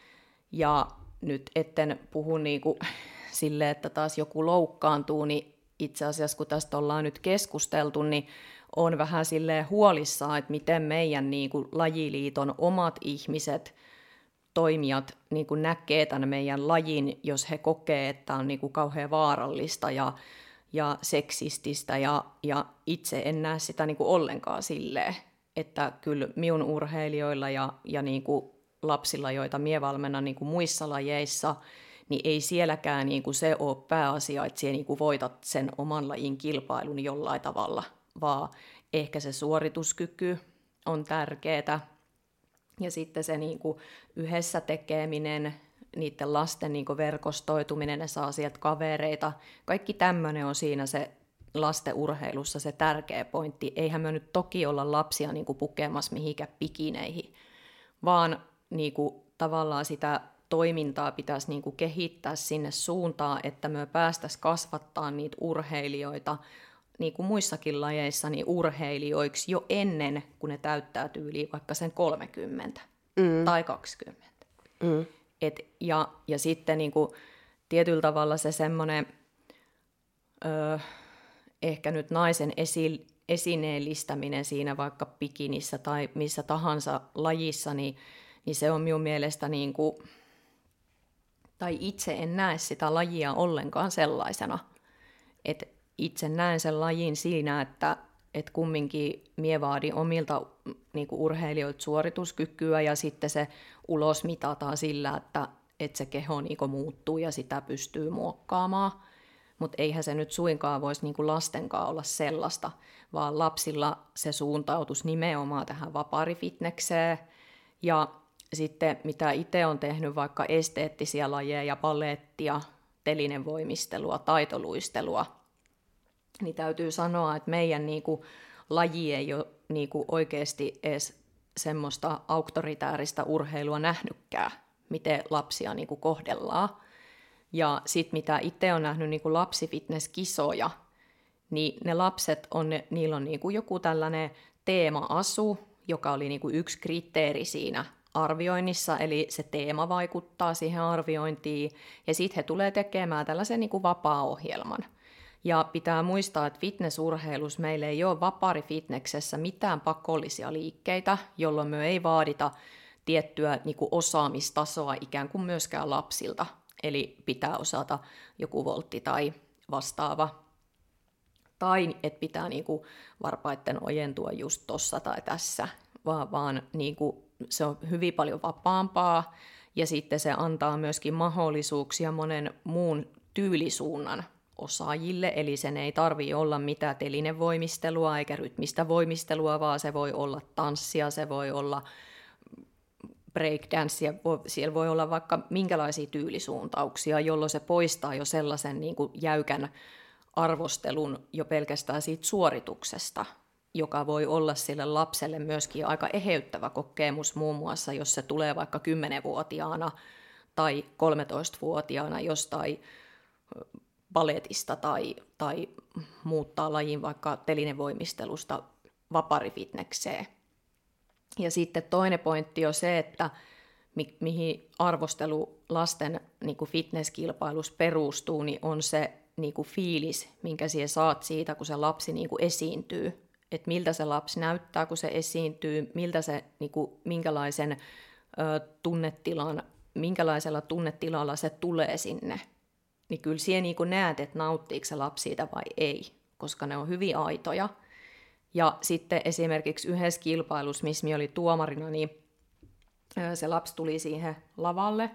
Ja nyt etten puhu niin kuin silleen, että taas joku loukkaantuu, niin itse asiassa kun tästä ollaan nyt keskusteltu, niin on vähän silleen huolissaan, että miten meidän niin kuin lajiliiton omat ihmiset, toimijat niin kuin näkee tämän meidän lajin, jos he kokee, että on niin kuin kauhean vaarallista ja, ja seksististä, ja, ja itse en näe sitä niin kuin ollenkaan silleen, että kyllä minun urheilijoilla ja, ja niin kuin lapsilla, joita mie valmennan niin kuin muissa lajeissa, niin ei sielläkään niin kuin se ole pääasia, että sinä niin kuin voitat sen oman lajin kilpailun jollain tavalla, vaan ehkä se suorituskyky on tärkeää, ja sitten se niin kuin yhdessä tekeminen, niiden lasten niin kuin verkostoituminen, ne saa sieltä kavereita, kaikki tämmöinen on siinä se lasten urheilussa se tärkeä pointti. Eihän me nyt toki olla lapsia niin kuin pukemassa mihinkään pikineihin, vaan niin kuin tavallaan sitä toimintaa pitäisi niin kuin kehittää sinne suuntaan, että me päästäisiin kasvattaa niitä urheilijoita, niin kuin muissakin lajeissa, niin urheilijoiksi jo ennen, kuin ne täyttää tyyliin vaikka sen kolmekymmentä mm. tai kaksikymmentä. Mm. Et, ja, ja sitten niin kuin, tietyllä tavalla se semmoinen ö, ehkä nyt naisen esi, esineellistäminen siinä vaikka bikinissä tai missä tahansa lajissa, niin, niin se on minun mielestä niin kuin, tai itse en näe sitä lajia ollenkaan sellaisena. Et itse näen sen lajin siinä, että et kumminkin mie vaadin omilta niin kuin urheilijoilta suorituskykyä ja sitten se ulos mitataan sillä, että et se keho niin kuin muuttuu ja sitä pystyy muokkaamaan. Mutta eihän se nyt suinkaan voisi niin kuin lastenkaan olla sellaista, vaan lapsilla se suuntautus nimenomaan tähän vapaarifitnekseen. Ja sitten mitä itse on tehnyt vaikka esteettisiä lajeja, ballettia, telinenvoimistelua, taitoluistelua, niin täytyy sanoa, että meidän niinku laji ei ole niinku oikeasti edes semmoista auktoritääristä urheilua nähnytkään, miten lapsia niinku kohdellaan. Ja sitten mitä itse on nähnyt niinku lapsifitnesskisoja, niin ne lapset, on, niillä on niinku joku tällainen teema-asu, joka oli niinku yksi kriteeri siinä arvioinnissa, eli se teema vaikuttaa siihen arviointiin, ja sitten he tulee tekemään tällaisen niinku vapaa-ohjelman. Ja pitää muistaa, että fitnessurheilus meillä ei ole vapaarifitneksessä mitään pakollisia liikkeitä, jolloin me ei vaadita tiettyä niin kuin osaamistasoa ikään kuin myöskään lapsilta. Eli pitää osata joku voltti tai vastaava. Tai että pitää niin kuin varpaitten ojentua just tossa tai tässä, vaan, vaan niin kuin se on hyvin paljon vapaampaa. Ja sitten se antaa myöskin mahdollisuuksia monen muun tyylisuunnan osaajille, eli sen ei tarvitse olla mitään telinevoimistelua eikä rytmistä voimistelua, vaan se voi olla tanssia, se voi olla breakdancea, siellä voi olla vaikka minkälaisia tyylisuuntauksia, jolloin se poistaa jo sellaisen niin kuin jäykän arvostelun jo pelkästään siitä suorituksesta, joka voi olla sille lapselle myöskin aika eheyttävä kokemus, muun muassa jos se tulee vaikka kymmenvuotiaana tai kolmetoistavuotiaana jostain balletista tai, tai muuttaa lajin vaikka telinevoimistelusta vaparifitnekseen. Ja sitten toinen pointti on se, että mi- mihin arvostelu lasten niin kuin fitnesskilpailus perustuu, niin on se niin kuin fiilis, minkä siihen saat siitä, kun se lapsi niin kuin esiintyy. Että miltä se lapsi näyttää, kun se esiintyy, miltä se, niin kuin, minkälaisen ö, tunnetilan, minkälaisella tunnetilalla se tulee sinne. Niin kyllä siihen niin kuin näet, että nauttiiko se lapsi siitä vai ei, koska ne on hyvin aitoja. Ja sitten esimerkiksi yhdessä kilpailussa, missä minä olin tuomarina, niin se lapsi tuli siihen lavalle.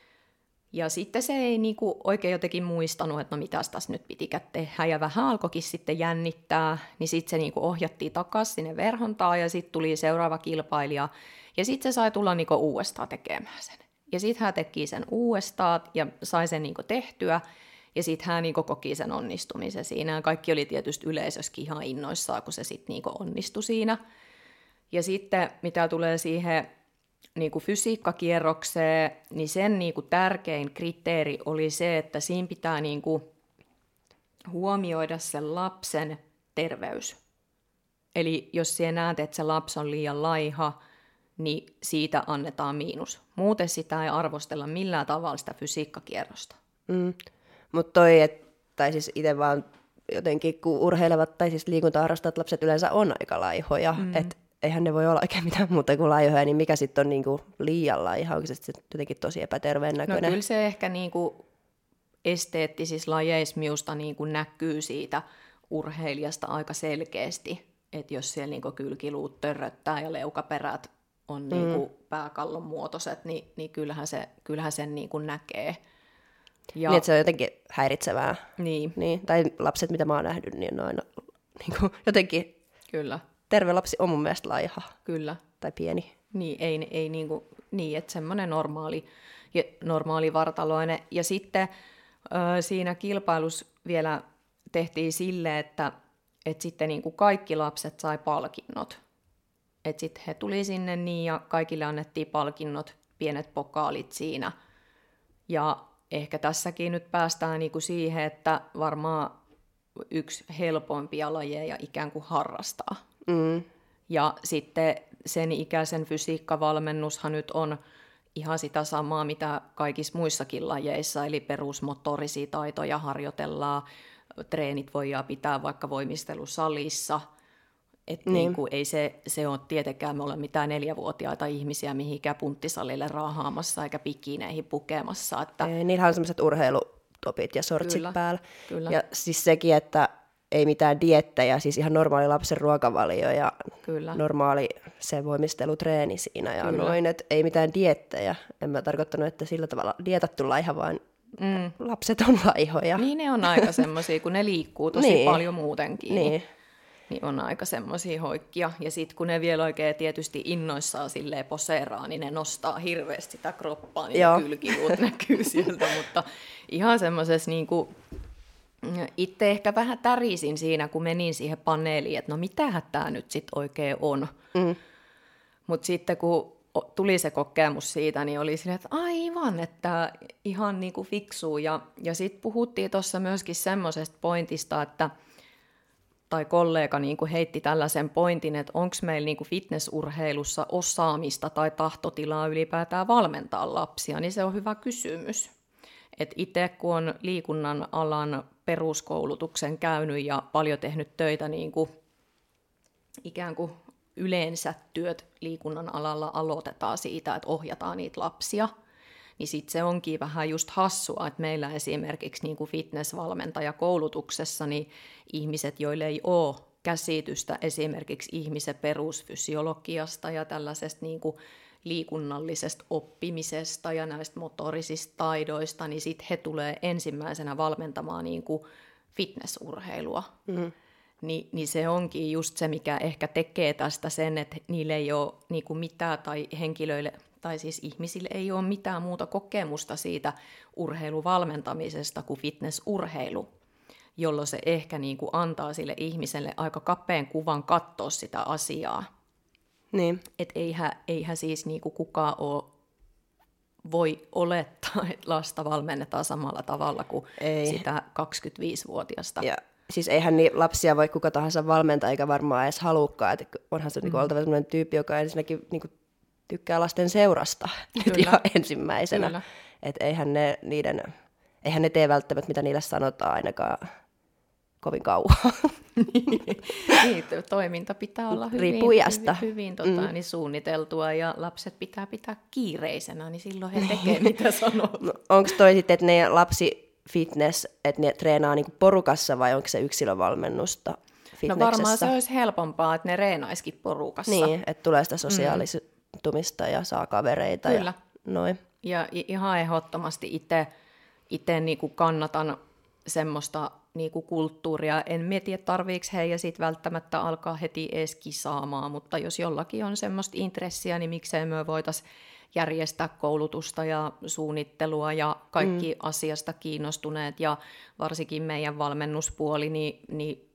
Ja sitten se ei niin kuin oikein jotenkin muistanut, että no mitäs tässä nyt pitikään tehdä. Ja vähän alkoikin sitten jännittää, niin sitten se niin kuin ohjattiin takaisin sinne verhontaan ja sitten tuli seuraava kilpailija. Ja sitten se sai tulla niin kuin uudestaan tekemään sen. Ja sitten hän teki sen uudestaan ja sai sen niinku tehtyä, ja sitten hän niinku koki sen onnistumisen siinä. Ja kaikki oli tietysti yleisössäkin ihan innoissaan, kun se sitten niinku onnistui siinä. Ja sitten mitä tulee siihen niinku fysiikkakierrokseen, niin sen niinku tärkein kriteeri oli se, että siinä pitää niinku huomioida sen lapsen terveys. Eli jos sinä näet, että se lapsi on liian laiha, niin siitä annetaan miinus. Muuten sitä ei arvostella millään tavalla sitä fysiikkakierrosta. Mm. Mutta toi, et, tai siis itse vaan jotenkin, kun urheilevat tai siis liikuntaharrastajat lapset yleensä on aika laihoja, mm. että eihän ne voi olla oikein mitään muuta kuin laihoja, niin mikä sitten on niinku liian laiha, onko se sitten jotenkin tosi epäterveen näköinen? No kyllä se ehkä niinku esteettisissä lajeissa minusta niinku näkyy siitä urheilijasta aika selkeästi, että jos siellä niinku kylkiluut törröttää ja leukaperät on mm. niinku pääkallon muotoiset, niin, niin kyllähän, se, kyllähän sen niinku näkee. Ja... Niin, että se on jotenkin häiritsevää. Niin. niin. Tai lapset, mitä mä oon nähnyt, niin ne on aina niinku, jotenkin... Kyllä. Terve lapsi on mun mielestä laiha. Kyllä. Tai pieni. Niin, ei, ei niinku, niin että semmoinen normaali, normaali vartaloinen. Ja sitten ö, siinä kilpailussa vielä tehtiin sille, että et sitten niinku kaikki lapset sai palkinnot. Että sitten he tuli sinne niin ja kaikille annettiin palkinnot, pienet pokaalit siinä. Ja ehkä tässäkin nyt päästään niinku siihen, että varmaan yksi helpompia lajeja ikään kuin harrastaa. Mm. Ja sitten sen ikäisen fysiikkavalmennushan nyt on ihan sitä samaa, mitä kaikissa muissakin lajeissa, eli perusmotorisia taitoja harjoitellaan, treenit voidaan pitää vaikka voimistelusalissa. Että niin. niinku, ei se, se ole tietenkään, me olla mitään neljävuotiaita ihmisiä mihinkään punttisalille raahaamassa eikä bikineihin pukemassa. Että... Ei, niillähän on sellaiset urheilutopit ja sortsit kyllä, päällä. Kyllä. Ja siis sekin, että ei mitään diettejä, siis ihan normaali lapsen ruokavalio ja kyllä. normaali se voimistelutreeni siinä ja kyllä. noin, että ei mitään diettejä. En mä tarkoittanut, että sillä tavalla dietattu laiha, vaan mm. lapset on laihoja. Niin ne on aika semmoisia, kun ne liikkuu tosi niin. paljon muutenkin. Niin. Niin on aika semmoisia hoikkia. Ja sitten kun ne vielä oikein tietysti innoissaan silleen poseeraa, niin ne nostaa hirveästi sitä kroppaa, niin Joo. kylkiluut näkyy sieltä. Mutta ihan semmoisessa niinku, itse ehkä vähän tärisin siinä, kun menin siihen paneeliin, että no mitähän tämä nyt sitten oikein on. Mm. Mutta sitten kun tuli se kokemus siitä, niin oli silleen, että aivan, että ihan niinku fiksuu. Ja, ja sitten puhuttiin tuossa myöskin semmoisesta pointista, että tai kollega niin kuin heitti tällaisen pointin, että onko meillä niin kuin fitnessurheilussa osaamista tai tahtotilaa ylipäätään valmentaa lapsia, niin se on hyvä kysymys. Et itse kun on liikunnan alan peruskoulutuksen käynyt ja paljon tehnyt töitä niin kuin ikään kuin yleensä työt liikunnan alalla aloitetaan siitä, että ohjataan niitä lapsia, niin sitten se onkin vähän just hassua, että meillä esimerkiksi niin kuin fitnessvalmentajakoulutuksessa niin ihmiset, joille ei ole käsitystä esimerkiksi ihmisen perusfysiologiasta ja tällaisesta niin kuin liikunnallisesta oppimisesta ja näistä motorisista taidoista, niin sitten he tulee ensimmäisenä valmentamaan niin kuin fitnessurheilua. Mm. Ni, niin se onkin just se, mikä ehkä tekee tästä sen, että niille ei ole niin kuin mitään tai henkilöille tai siis ihmisille ei ole mitään muuta kokemusta siitä urheiluvalmentamisesta kuin fitnessurheilu, jolloin se ehkä niin kuin antaa sille ihmiselle aika kapean kuvan katsoa sitä asiaa. Niin. Että eihän, eihän siis niin kuin kukaan ole, voi olettaa, että lasta valmennetaan samalla tavalla kuin ei. Sitä kaksikymmentäviisivuotiaasta. Ja siis eihän niin lapsia voi kuka tahansa valmentaa, eikä varmaan edes halukkaan. Että onhan se mm. niin kuin oltava sellainen tyyppi, joka ensinnäkin niin kuin tykkää lasten seurasta nyt ihan ensimmäisenä. Että eihän ne niiden, eihän ne tee välttämättä, mitä niille sanotaan ainakaan kovin kauan. Niin, toiminta pitää olla hyvin, hyvin, hyvin tota, mm. niin suunniteltua ja lapset pitää pitää kiireisenä, niin silloin he tekee mitä sanoo. No, onko toi sitten, että ne lapsi fitness, että ne treenaa niinku porukassa vai onko se yksilövalmennusta fitnessessä? No varmaan se olisi helpompaa, että ne reenaisikin porukassa. Niin, että tulee sitä sosiaalisuutta mm. ja saa kavereita. Kyllä. Ja noin. Ja ihan ehdottomasti itse, itse niinku kannatan semmoista niinku kulttuuria. En mieti, että tarviiko heidän sit välttämättä alkaa heti edes kisaamaan, mutta jos jollakin on semmoista intressiä, niin miksei me voitaisiin järjestää koulutusta ja suunnittelua ja kaikki mm. asiasta kiinnostuneet ja varsinkin meidän valmennuspuoli, niin, niin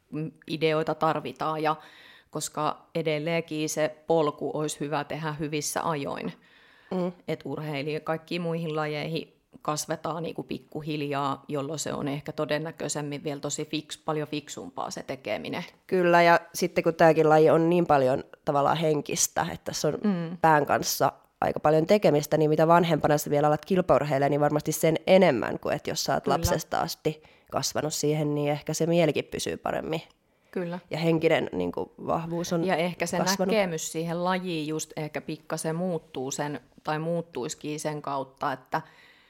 ideoita tarvitaan, ja koska edelleenkin se polku olisi hyvä tehdä hyvissä ajoin, mm. että urheilija kaikkiin muihin lajeihin kasvetaan niin kuin pikkuhiljaa, jolloin se on ehkä todennäköisemmin vielä tosi fiks, paljon fiksumpaa se tekeminen. Kyllä, ja sitten kun tämäkin laji on niin paljon tavallaan henkistä, että se on mm. pään kanssa aika paljon tekemistä, niin mitä vanhempana sä vielä alat kilpaurheilemaan, niin varmasti sen enemmän kuin, että jos sä oot Kyllä. lapsesta asti kasvanut siihen, niin ehkä se mielikin pysyy paremmin. Kyllä. Ja henkinen niin kuin, vahvuus on Ja ehkä se kasvanut. Näkemys siihen lajiin just ehkä pikkasen muuttuu sen, tai muuttuisikin sen kautta, että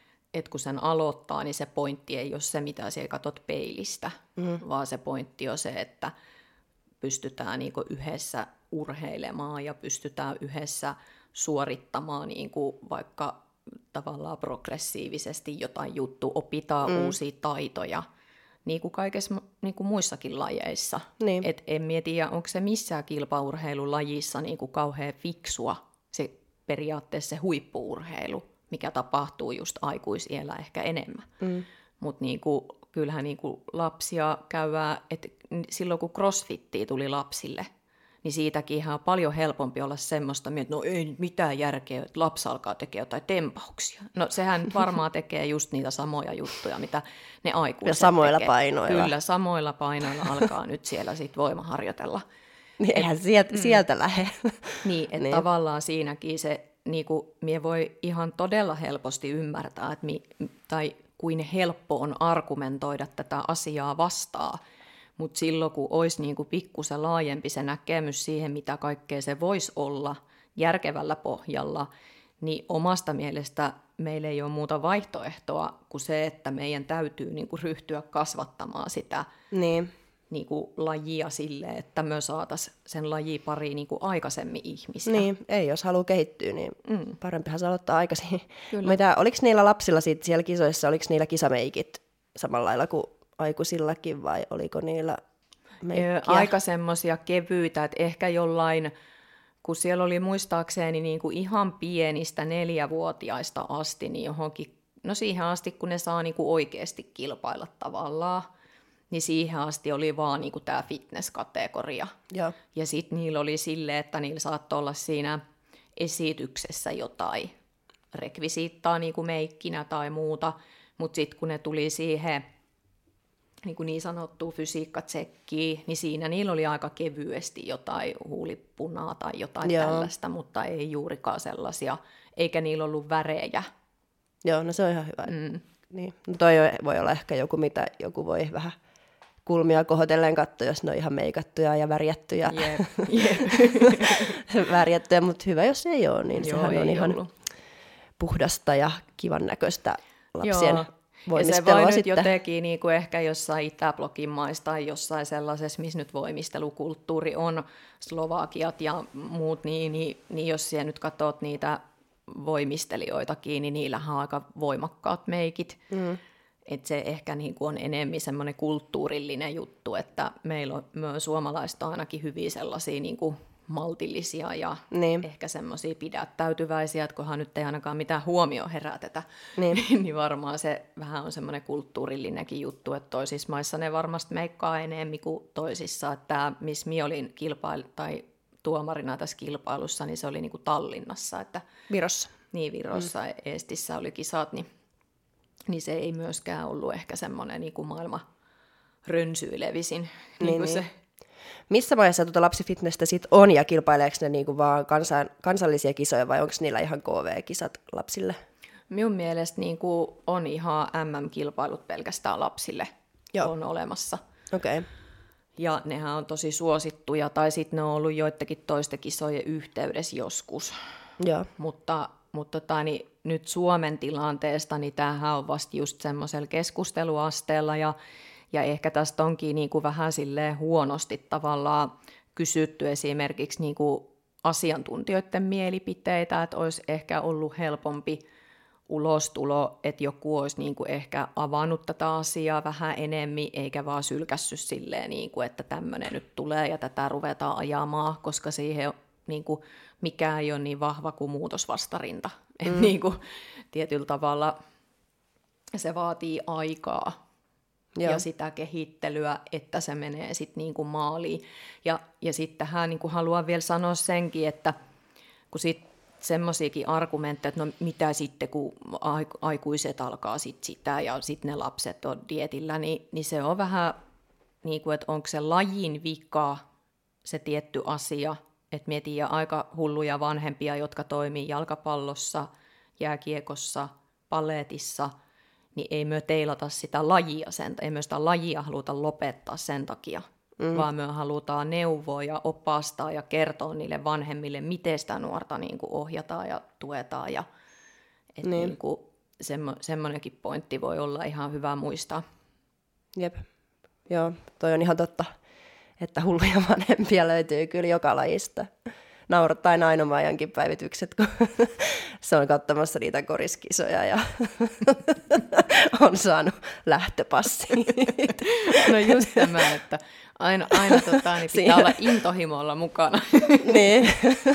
et kun sen aloittaa, niin se pointti ei ole se, mitä siellä katsot peilistä, mm. vaan se pointti on se, että pystytään niinku yhdessä urheilemaan ja pystytään yhdessä suorittamaan niinku vaikka tavallaan progressiivisesti jotain juttu, opitaan mm. uusia taitoja, niin kuin kaikessa niin kuin muissakin lajeissa. Niin. Et en mieti, onko se missään kilpaurheilulajissa niin kuin kauhean fiksua se periaatteessa se huippu-urheilu, mikä tapahtuu just aikuisiellä ehkä enemmän. Mm. Mutta niinku, kyllähän niinku lapsia käydään, että silloin kun crossfittiä tuli lapsille, niin siitäkin ihan paljon helpompi olla semmoista, että no ei mitään järkeä, että lapsi alkaa tekemään jotain tempauksia. No sehän varmaan tekee just niitä samoja juttuja, mitä ne aikuiset ja samoilla tekee. painoilla. Kyllä, samoilla painoilla alkaa nyt siellä sit voimaharjoitella. Niin eihän et, sieltä, mm, sieltä lähde. Niin, että niin. tavallaan siinäkin se, niin kuin, mie voi ihan todella helposti ymmärtää, että mi, tai kuin helppo on argumentoida tätä asiaa vastaan. Mutta silloin, kun olisi niinku pikkusen laajempi se näkemys siihen, mitä kaikkea se voisi olla järkevällä pohjalla, niin omasta mielestä meillä ei ole muuta vaihtoehtoa kuin se, että meidän täytyy niinku ryhtyä kasvattamaan sitä niin. niinku lajia silleen, että me saataisiin sen lajipariin niinku aikaisemmin ihmisiä. Niin, ei jos haluaa kehittyä, niin Mm. parempihan se aloittaa aikaisin. Kyllä. Mitä, oliko niillä lapsilla sit siellä kisoissa, oliko niillä kisameikit samalla lailla kuin aikuisillakin vai oliko niillä meikkiä? Ö, Aika semmoisia kevyitä, että ehkä jollain, kun siellä oli muistaakseni niin kuin ihan pienistä neljävuotiaista asti, niin johonkin, no siihen asti kun ne saa niin kuin oikeasti kilpailla tavallaan, niin siihen asti oli vaan niin kuin tämä fitness-kategoria. Joo. Ja sitten niillä oli silleen, että niillä saattoi olla siinä esityksessä jotain rekvisiittaa niin kuin meikkinä tai muuta, mutta sitten kun ne tuli siihen niin, kuin niin sanottua fysiikkatsekkiä, niin siinä niillä oli aika kevyesti jotain huulipunaa tai jotain Joo. tällaista, mutta ei juurikaan sellaisia, eikä niillä ollut värejä. Joo, no se on ihan hyvä. Mm. Niin. No toi voi olla ehkä joku, mitä joku voi vähän kulmia kohotellen katsoa, jos ne on ihan meikattuja ja värjättyjä, Jep, jep. värjättyjä, mutta hyvä jos ei ole, niin Joo, sehän on ei ihan ollut. puhdasta ja kivan näköistä lapsien Joo. Ja se voimistelua voi nyt sitten. jotenkin niin kuin ehkä jossain Itäblogin maissa tai jossain sellaisessa, missä nyt voimistelukulttuuri on, Slovakiat ja muut, niin, niin, niin jos siellä nyt katsot niitä voimistelijoitakin, niin niillähän on aika voimakkaat meikit. Mm. Että se ehkä niin kuin on enemmän semmoinen kulttuurillinen juttu, että meillä on, me on suomalaiset on ainakin hyvin sellaisia niin kuin maltillisia ja Niin. ehkä semmoisia pidättäytyväisiä, että kunhan nyt ei ainakaan mitään huomioon herätetä, Niin. niin varmaan se vähän on semmoinen kulttuurillinenkin juttu, että toisissa maissa ne varmasti meikkaa enemmän kuin toisissa, että missä minä olin kilpail- tai tuomarina tässä kilpailussa, niin se oli niin kuin Tallinnassa, että Virossa. niin Virossa, mm. Eestissä oli kisat, niin, niin se ei myöskään ollut ehkä semmoinen niin kuin maailma rönsyilevisin. Niin, Niin, niin niin. se. Missä vaiheessa tuota lapsifitnessä sit on ja kilpaileeko ne niinku vaan kansan, kansallisia kisoja vai onko niillä ihan K V-kisat lapsille? Minun mielestä niin kuin on ihan M M-kilpailut pelkästään lapsille. Joo. On olemassa. Okei. Okay. Ja nehän on tosi suosittuja, tai sitten ne on ollut joidenkin toisten kisojen yhteydessä joskus. Joo. Mutta, mutta tota, niin nyt Suomen tilanteesta, niin tämähän on vasta just semmoisella keskusteluasteella, ja, ja ehkä tästä onkin niin kuin vähän silleen huonosti tavallaan kysytty esimerkiksi niin kuin asiantuntijoiden mielipiteitä, että olisi ehkä ollut helpompi ulostulo, että joku olisi niin kuin ehkä avannut tätä asiaa vähän enemmän, eikä vaan sylkässyt silleen, niin kuin, että tämmöinen nyt tulee ja tätä ruvetaan ajamaan, koska siihen niin kuin, mikään ei ole niin vahva kuin muutosvastarinta. Mm. Et, niin kuin, tietyllä tavalla se vaatii aikaa. Joo. Ja sitä kehittelyä, että se menee sitten niin kuin maaliin. Ja, ja sitten tähän niin kuin haluan vielä sanoa senkin, että kun sitten semmoisiakin argumentteja, että no mitä sitten, kun aikuiset alkaa sit sitä ja sitten ne lapset on dietillä, niin, niin se on vähän niin kuin, että onko se lajin vika se tietty asia, että mietin ja aika hulluja vanhempia, jotka toimii jalkapallossa, jääkiekossa, paletissa, niin ei me teilata sitä lajia, sen, ei me sitä lajia haluta lopettaa sen takia, mm. vaan me halutaan neuvoa ja opastaa ja kertoa niille vanhemmille, miten sitä nuorta niin kuin ohjataan ja tuetaan. Ja, et niin. niin kuin semmo, semmoinenkin pointti voi olla ihan hyvä muistaa. Jep. Joo, toi on ihan totta, että hulluja vanhempia löytyy kyllä joka lajista. Naurattaa aina Aino-Maijankin päivitykset, kun se on katsomassa niitä koriskisoja ja on saanut lähtöpassin. No just tämä, että aina, aina tota, niin pitää Siinä. olla intohimolla mukana. Niin.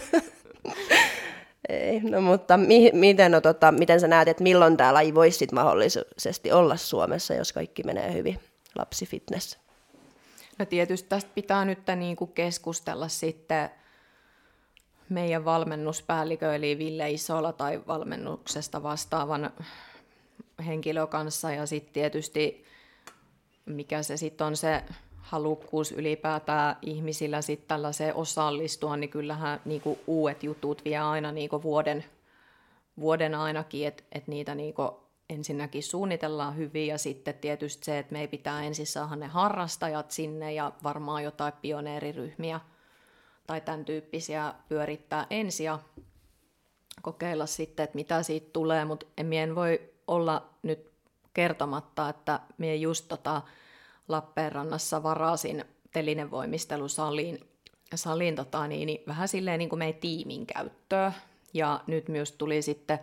Ei, no mutta mi- miten, no, tota, miten sä näet, että milloin tämä laji voisi sit mahdollisesti olla Suomessa, jos kaikki menee hyvin, lapsifitness? No tietysti tästä pitää nyt niin kuin keskustella sitten meidän valmennuspäällikö, eli Ville Isola, tai valmennuksesta vastaavan henkilön kanssa, ja sitten tietysti mikä se sitten on se halukkuus ylipäätään ihmisillä sitten tällaiseen osallistua, niin kyllähän niinku uudet jutut vie aina niinku vuoden, vuoden ainakin, että et niitä niinku ensinnäkin suunnitellaan hyvin ja sitten tietysti se, että me ei pitää ensin saada ne harrastajat sinne ja varmaan jotain pioneeriryhmiä tai tämän tyyppisiä pyörittää ensin ja kokeilla sitten, että mitä siitä tulee, mutta en, en voi olla nyt kertomatta, että minä just tota Lappeenrannassa varasin telinevoimistelusaliin salin, tota, niin, niin, vähän silleen niin kuin meidän tiimin käyttöön. Ja nyt myös tuli sitten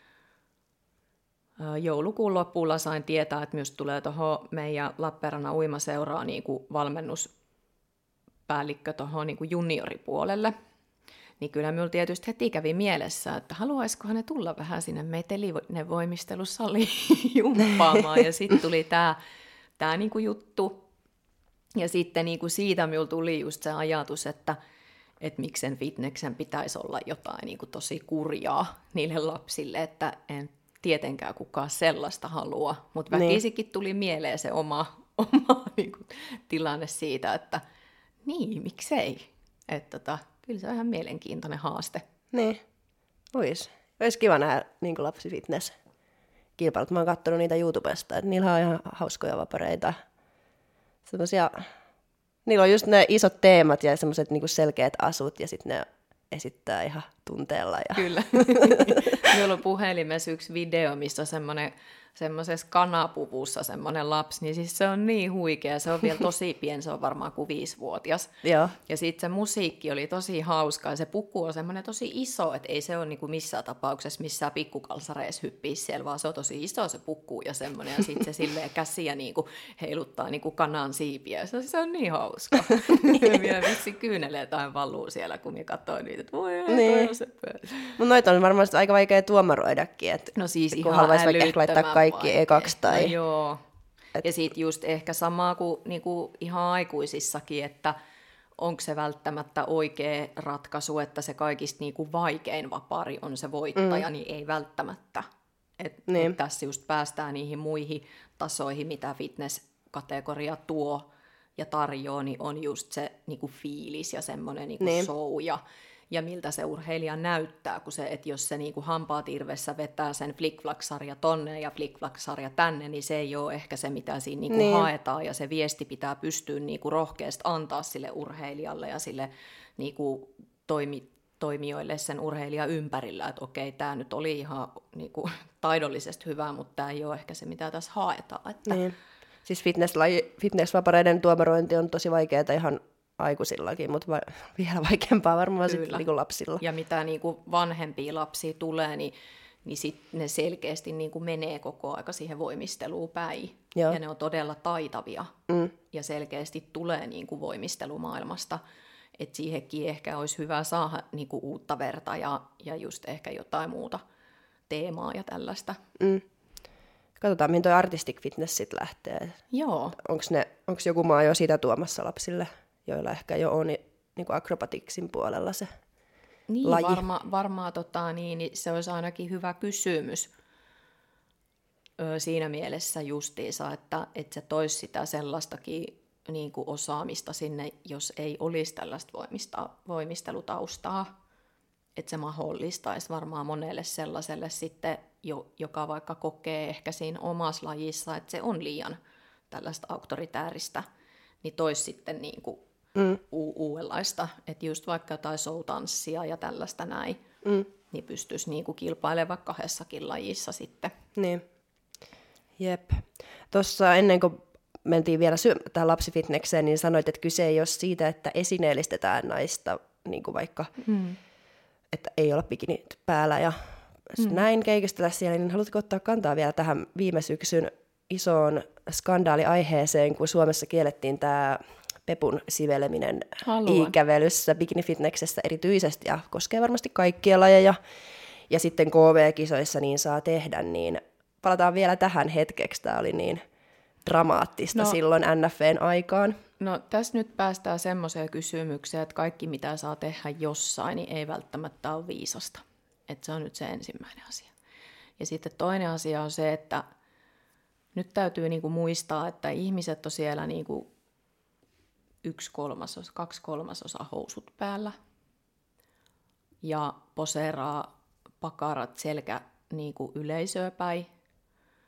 joulukuun lopulla sain tietää, että myös tulee tuohon meidän Lappeenrannan uimaseuraan niin kuin valmennuspäällikkö tuohon niin kuin junioripuolelle. Niin kyllä minulla tietysti heti kävi mielessä, että haluaisikohan ne tulla vähän sinne meidän telinevoimistelusaliin jumppaamaan. Ja sitten tuli tämä tää niinku juttu. Ja sitten niinku siitä minulla tuli just se ajatus, että et miksen fitneksen pitäisi olla jotain niinku tosi kurjaa niille lapsille, että en tietenkään kukaan sellaista halua. Mutta väkisikin tuli mieleen se oma, oma niinku tilanne siitä, että niin, miksei. Että tota, kyllä se on ihan mielenkiintoinen haaste. Niin, ois. Ois kiva nähdä niin lapsifitness-kilpailut. Mä oon katsonut niitä YouTubesta, että niillä on ihan hauskoja vapareita. Semmosia, niillä on just ne isot teemat ja semmoiset niin selkeät asut ja sitten ne esittää ihan tunteella. Ja... Kyllä. Minulla on puhelimessa yksi video, missä on semmoinen semmoisessa kanapuvussa semmoinen lapsi, niin siis se on niin huikea, se on vielä tosi pieni, se on varmaan kuin viisivuotias. Joo. Ja sitten se musiikki oli tosi hauskaa, se puku on semmoinen tosi iso, että ei se ole niinku missään tapauksessa missään pikkukalsareissa hyppii siellä, vaan se on tosi iso se puku ja semmoinen, ja sitten se silleen käsiä niinku heiluttaa niinku kanan siipiä, se, se on niin hauska. Vielä vitsi kyyneleet jotain valuu siellä, kun minä katsoin niitä, että voi ei, niin. Toi on se pöydä. Mutta noita on varmasti aika vaikea tuomaroidakin, että no siis kun haluaisi vaikka laittaa kaikki vaikea. Ekaksi tai... No joo. Et... Ja sitten just ehkä samaa kuin niinku ihan aikuisissakin, että onko se välttämättä oikea ratkaisu, että se kaikista niinku vaikein vapari on se voittaja, mm. niin ei välttämättä. Et, niin. et tässä just päästään niihin muihin tasoihin, mitä fitness-kategoria tuo ja tarjoaa, niin on just se niinku fiilis ja semmoinen niinku niin. show ja ja miltä se urheilija näyttää, kun se, että jos se niinku hampaat irvessä vetää sen flick-flack-sarja tonne ja flick-flack-sarja tänne, niin se ei ole ehkä se, mitä siinä niinku niin. haetaan, ja se viesti pitää pystyä niinku rohkeasti antaa sille urheilijalle ja sille niinku toimi, toimijoille sen urheilijan ympärillä, että okei, tämä nyt oli ihan niinku taidollisesti hyvä, mutta tämä ei ole ehkä se, mitä tässä haetaan. Että... Niin. Siis fitness-vapareiden tuomarointi on tosi vaikeaa ihan aikuisillakin, mutta va- vielä vaikeampaa varmaan sitten niinku lapsilla. Ja mitä niinku vanhempia lapsia tulee, niin, niin sit ne selkeästi niinku menee koko aika siihen voimisteluun päin. Joo. Ja ne on todella taitavia. Mm. Ja selkeästi tulee niinku voimistelumaailmasta. Että siihenkin ehkä olisi hyvä saada niinku uutta verta ja, ja just ehkä jotain muuta teemaa ja tällaista. Mm. Katsotaan, mihin toi artistic fitness sitten lähtee. Joo. Onko joku maa jo sitä tuomassa lapsille, joilla ehkä jo on niin kuin akrobatiksin puolella se niin, laji? Varma, varmaan tota, niin, niin se olisi ainakin hyvä kysymys öö, siinä mielessä justiinsa, että, että se toisi sitä sellaistakin niin kuin osaamista sinne, jos ei olisi tällaista voimista, voimistelutaustaa. Että se mahdollistaisi varmaan monelle sellaiselle sitten, jo, joka vaikka kokee ehkä siinä omassa lajissa, että se on liian tällaista auktoritääristä, niin toisi sitten niin kuin mm. u- uudenlaista, että just vaikka jotain show-tanssia ja tällaista näin, mm. niin pystyisi niin kuin kilpailemaan kahdessakin lajissa sitten. Niin, jep. Tuossa ennen kuin mentiin vielä syö- tähän lapsifitnekseen, niin sanoit, että kyse ei ole siitä, että esineellistetään naista, niin kuin vaikka, mm. että ei olla bikinit päällä ja mm. näin keikistellä siellä, niin haluatko ottaa kantaa vielä tähän viime syksyn isoon skandaaliaiheeseen, kun Suomessa kiellettiin tämä pepun siveleminen i-kävelyssä, bikinifitneksessä erityisesti, ja koskee varmasti kaikkia lajeja, ja sitten K V-kisoissa niin saa tehdä, niin palataan vielä tähän hetkeksi, tämä oli niin dramaattista no, silloin N F V:n aikaan. No tässä nyt päästään semmoiseen kysymykseen, että kaikki mitä saa tehdä jossain, niin ei välttämättä ole viisasta. Että se on nyt se ensimmäinen asia. Ja sitten toinen asia on se, että nyt täytyy niinku muistaa, että ihmiset on siellä niinku yksi kolmasosa, kaksi kolmasosa housut päällä ja poseeraa pakarat selkä niinku yleisöä päin.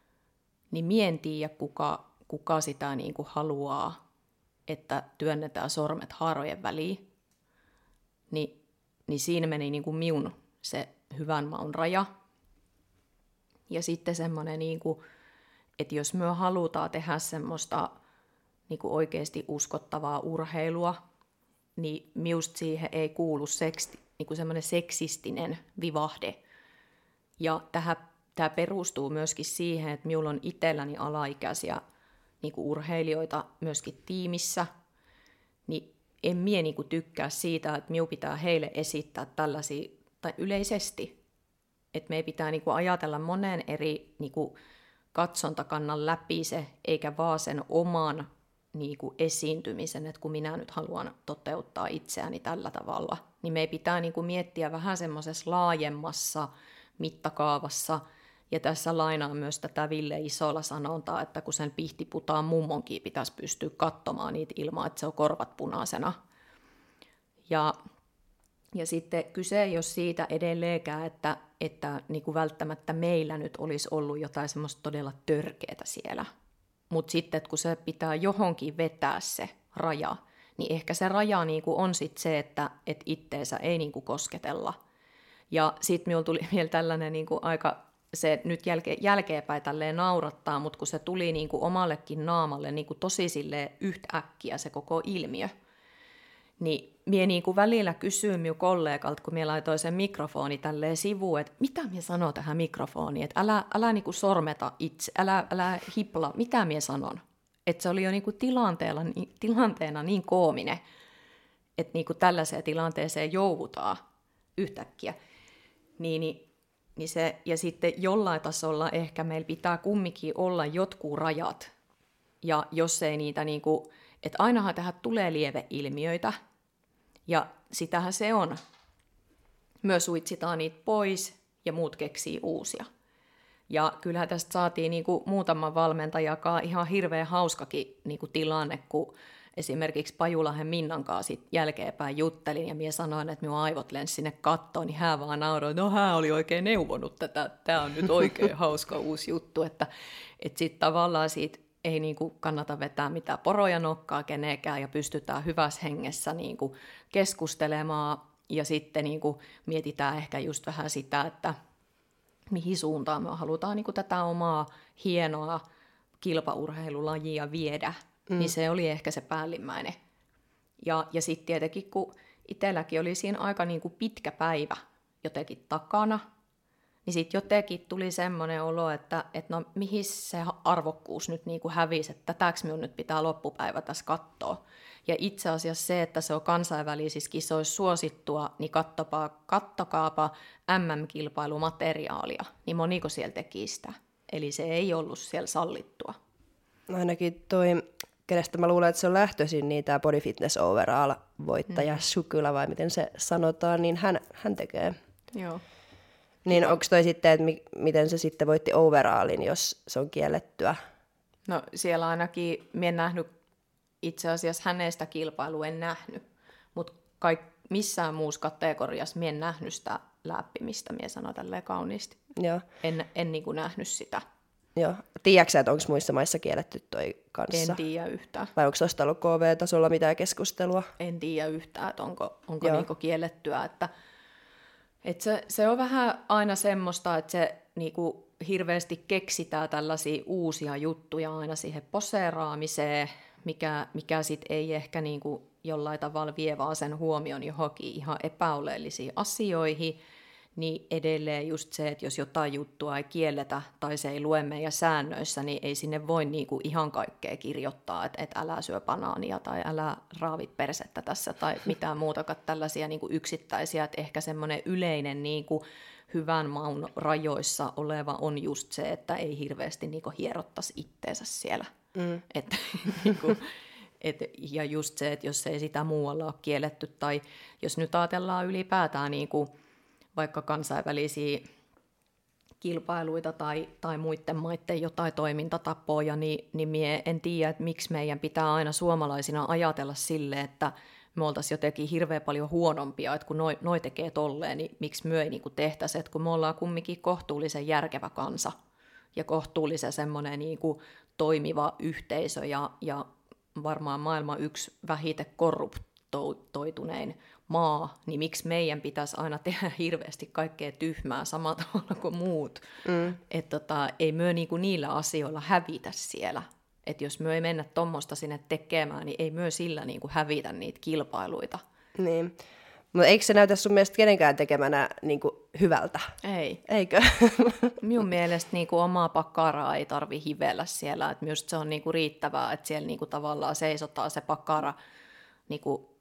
niin mie en tiedä, kuka, kuka sitä niin kuin haluaa, että työnnetään sormet haarojen väliin. Ni, niin siinä meni niin kuin minun se hyvän maun raja. Ja sitten semmoinen, niin kuin, että jos me halutaan tehdä semmoista niin kuin oikeasti uskottavaa urheilua, niin minusta siihen ei kuulu seksti, niin kuin semmoinen seksistinen vivahde. Ja tähän, tämä perustuu myöskin siihen, että minulla on itselläni alaikäisiä niin kuin urheilijoita myöskin tiimissä, niin en mie niin kuin tykkää siitä, että minun pitää heille esittää tällaisia, tai yleisesti, että meidän pitää niin kuin ajatella monen eri niin kuin katsontakannan läpi se, eikä vaan sen oman niin kuin esiintymisen, että kun minä nyt haluan toteuttaa itseäni tällä tavalla, niin meidän pitää niin kuin miettiä vähän semmoisessa laajemmassa mittakaavassa, ja tässä lainaan myös tätä Ville Isola sanontaa, että kun sen pihtiputaan mummonkin pitäisi pystyä katsomaan niitä ilman, että se on korvat punaisena. Ja, ja sitten kyse ei ole siitä edelleenkään, että, että niin kuin välttämättä meillä nyt olisi ollut jotain semmoista todella törkeätä siellä. Mutta sitten, että kun se pitää johonkin vetää se raja, niin ehkä se raja niin kuin on sitten se, että et itteensä ei niin kuin kosketella. Ja sitten minulla tuli vielä tällainen niin kuin aika, se nyt jälke, jälkeenpäin tälleen naurattaa, mutta kun se tuli niin kuin omallekin naamalle niin kuin tosi silleen yhtäkkiä se koko ilmiö, niin mie niin kuin välillä kysyin minun kollegalta, kun mie laitoin sen mikrofoni tälleen sivuun, että mitä mie sanoo tähän mikrofoniin, että älä, älä niin kuin sormeta itse, älä, älä hipla, mitä mie sanon. Että se oli jo niin kuin tilanteena, tilanteena niin koominen, että niin kuin tällaiseen tilanteeseen joudutaan yhtäkkiä. Niin, niin, niin se, ja sitten jollain tasolla ehkä meillä pitää kumminkin olla jotkut rajat. Ja jos ei niitä, niin kuin, että ainahan tähän tulee lieveilmiöitä, ja sitähän se on. Myös suitsitaan niitä pois, ja muut keksii uusia. Ja kyllähän tästä saatiin niin kuin muutaman valmentajakaan ihan hirveän hauskakin niin kuin tilanne, kun esimerkiksi Pajulahen Minnan kanssa sit jälkeenpäin juttelin, ja minä sanoin, että minun aivot lensi sinne kattoon, niin hän vaan nauroi, no hän oli oikein neuvonut tätä, tämä on nyt oikein hauska uusi juttu, että, että sitten tavallaan siitä ei niin kuin kannata vetää mitään poroja nokkaa kenenkään, ja pystytään hyvässä hengessä niin kuin keskustelemaan, ja sitten niin kuin mietitään ehkä just vähän sitä, että mihin suuntaan me halutaan niin kuin tätä omaa hienoa kilpaurheilulajia viedä, mm. niin se oli ehkä se päällimmäinen. Ja, ja sitten tietenkin, kun itselläkin oli siinä aika niin kuin pitkä päivä jotenkin takana, niin sitten jotenkin tuli semmoinen olo, että, että no mihin se arvokkuus nyt niin kuin hävisi, että tätäks minun nyt pitää loppupäivä tässä katsoa. Ja itse asiassa se, että se on kansainvälisissä kisoissa suosittua, niin kattokaa, kattokaapa M M-kilpailumateriaalia, niin moniko siellä teki sitä. Eli se ei ollut siellä sallittua. Ainakin toi, kenestä mä luulen, että se on lähtöisin, niin tämä Body Fitness Overall-voittaja mm. Shukula, vai miten se sanotaan, niin hän, hän tekee. Joo. Niin onko toi sitten, että mi- miten se sitten voitti overallin, jos se on kiellettyä? No siellä ainakin, minä en nähnyt, itse asiassa hänestä kilpailua en nähnyt, mutta kaik- missään muussa kategoriassa minä en nähnyt sitä läppimistä, minä sanon tälleen kauniisti. Joo. En, en niin kuin nähnyt sitä. Joo. Tiedätkö että onko muissa maissa kielletty toi kanssa? En tiedä yhtään. Vai onko tuosta ollut K V-tasolla mitään keskustelua? En tiedä yhtään, että onko, onko niinku kiellettyä. Että, että se, se on vähän aina semmoista, että se niinku hirveästi keksitään tällaisia uusia juttuja aina siihen poseeraamiseen, mikä, mikä sit ei ehkä niinku jollain tavalla vie vaan sen huomion johonkin ihan epäoleellisiin asioihin, niin edelleen just se, että jos jotain juttua ei kielletä tai se ei lue meidän säännöissä, niin ei sinne voi niinku ihan kaikkea kirjoittaa, että et älä syö banaania tai älä raavi persettä tässä tai mitään muutakaan tällaisia niinku yksittäisiä, että ehkä semmoinen yleinen niinku hyvän maun rajoissa oleva on just se, että ei hirveästi niinku hierottaisi itteensä siellä. Mm. Et, niinku, et, ja just se, että jos ei sitä muualla ole kielletty tai jos nyt ajatellaan ylipäätään niinku vaikka kansainvälisiä kilpailuita tai, tai muiden maiden jotain toimintatapoja, niin, niin mie en tiedä, että miksi meidän pitää aina suomalaisina ajatella sille, että me oltaisiin jotenkin hirveän paljon huonompia, että kun noi, noi tekee tolleen, niin miksi me ei niin kuin tehtäisi, että kun me ollaan kumminkin kohtuullisen järkevä kansa, ja kohtuullisen semmoinen niin kuin toimiva yhteisö ja, ja varmaan maailman yksi vähiten korruptoitunein maa, niin miksi meidän pitäisi aina tehdä hirveästi kaikkea tyhmää samalla tavalla kuin muut. Mm. Että tota, ei myö niinku niillä asioilla hävitä siellä. Että jos me ei mennä tuommoista sinne tekemään, niin ei myö sillä niinku hävitä niitä kilpailuita. Niin. Mutta eikö se näytä sun mielestä kenenkään tekemänä niinku hyvältä? Ei. Eikö? Minun mielestä niinku omaa pakkaraa ei tarvi hivellä siellä. Et minusta se on niinku riittävää, että siellä niinku tavallaan seisotaan se pakkara, niinku,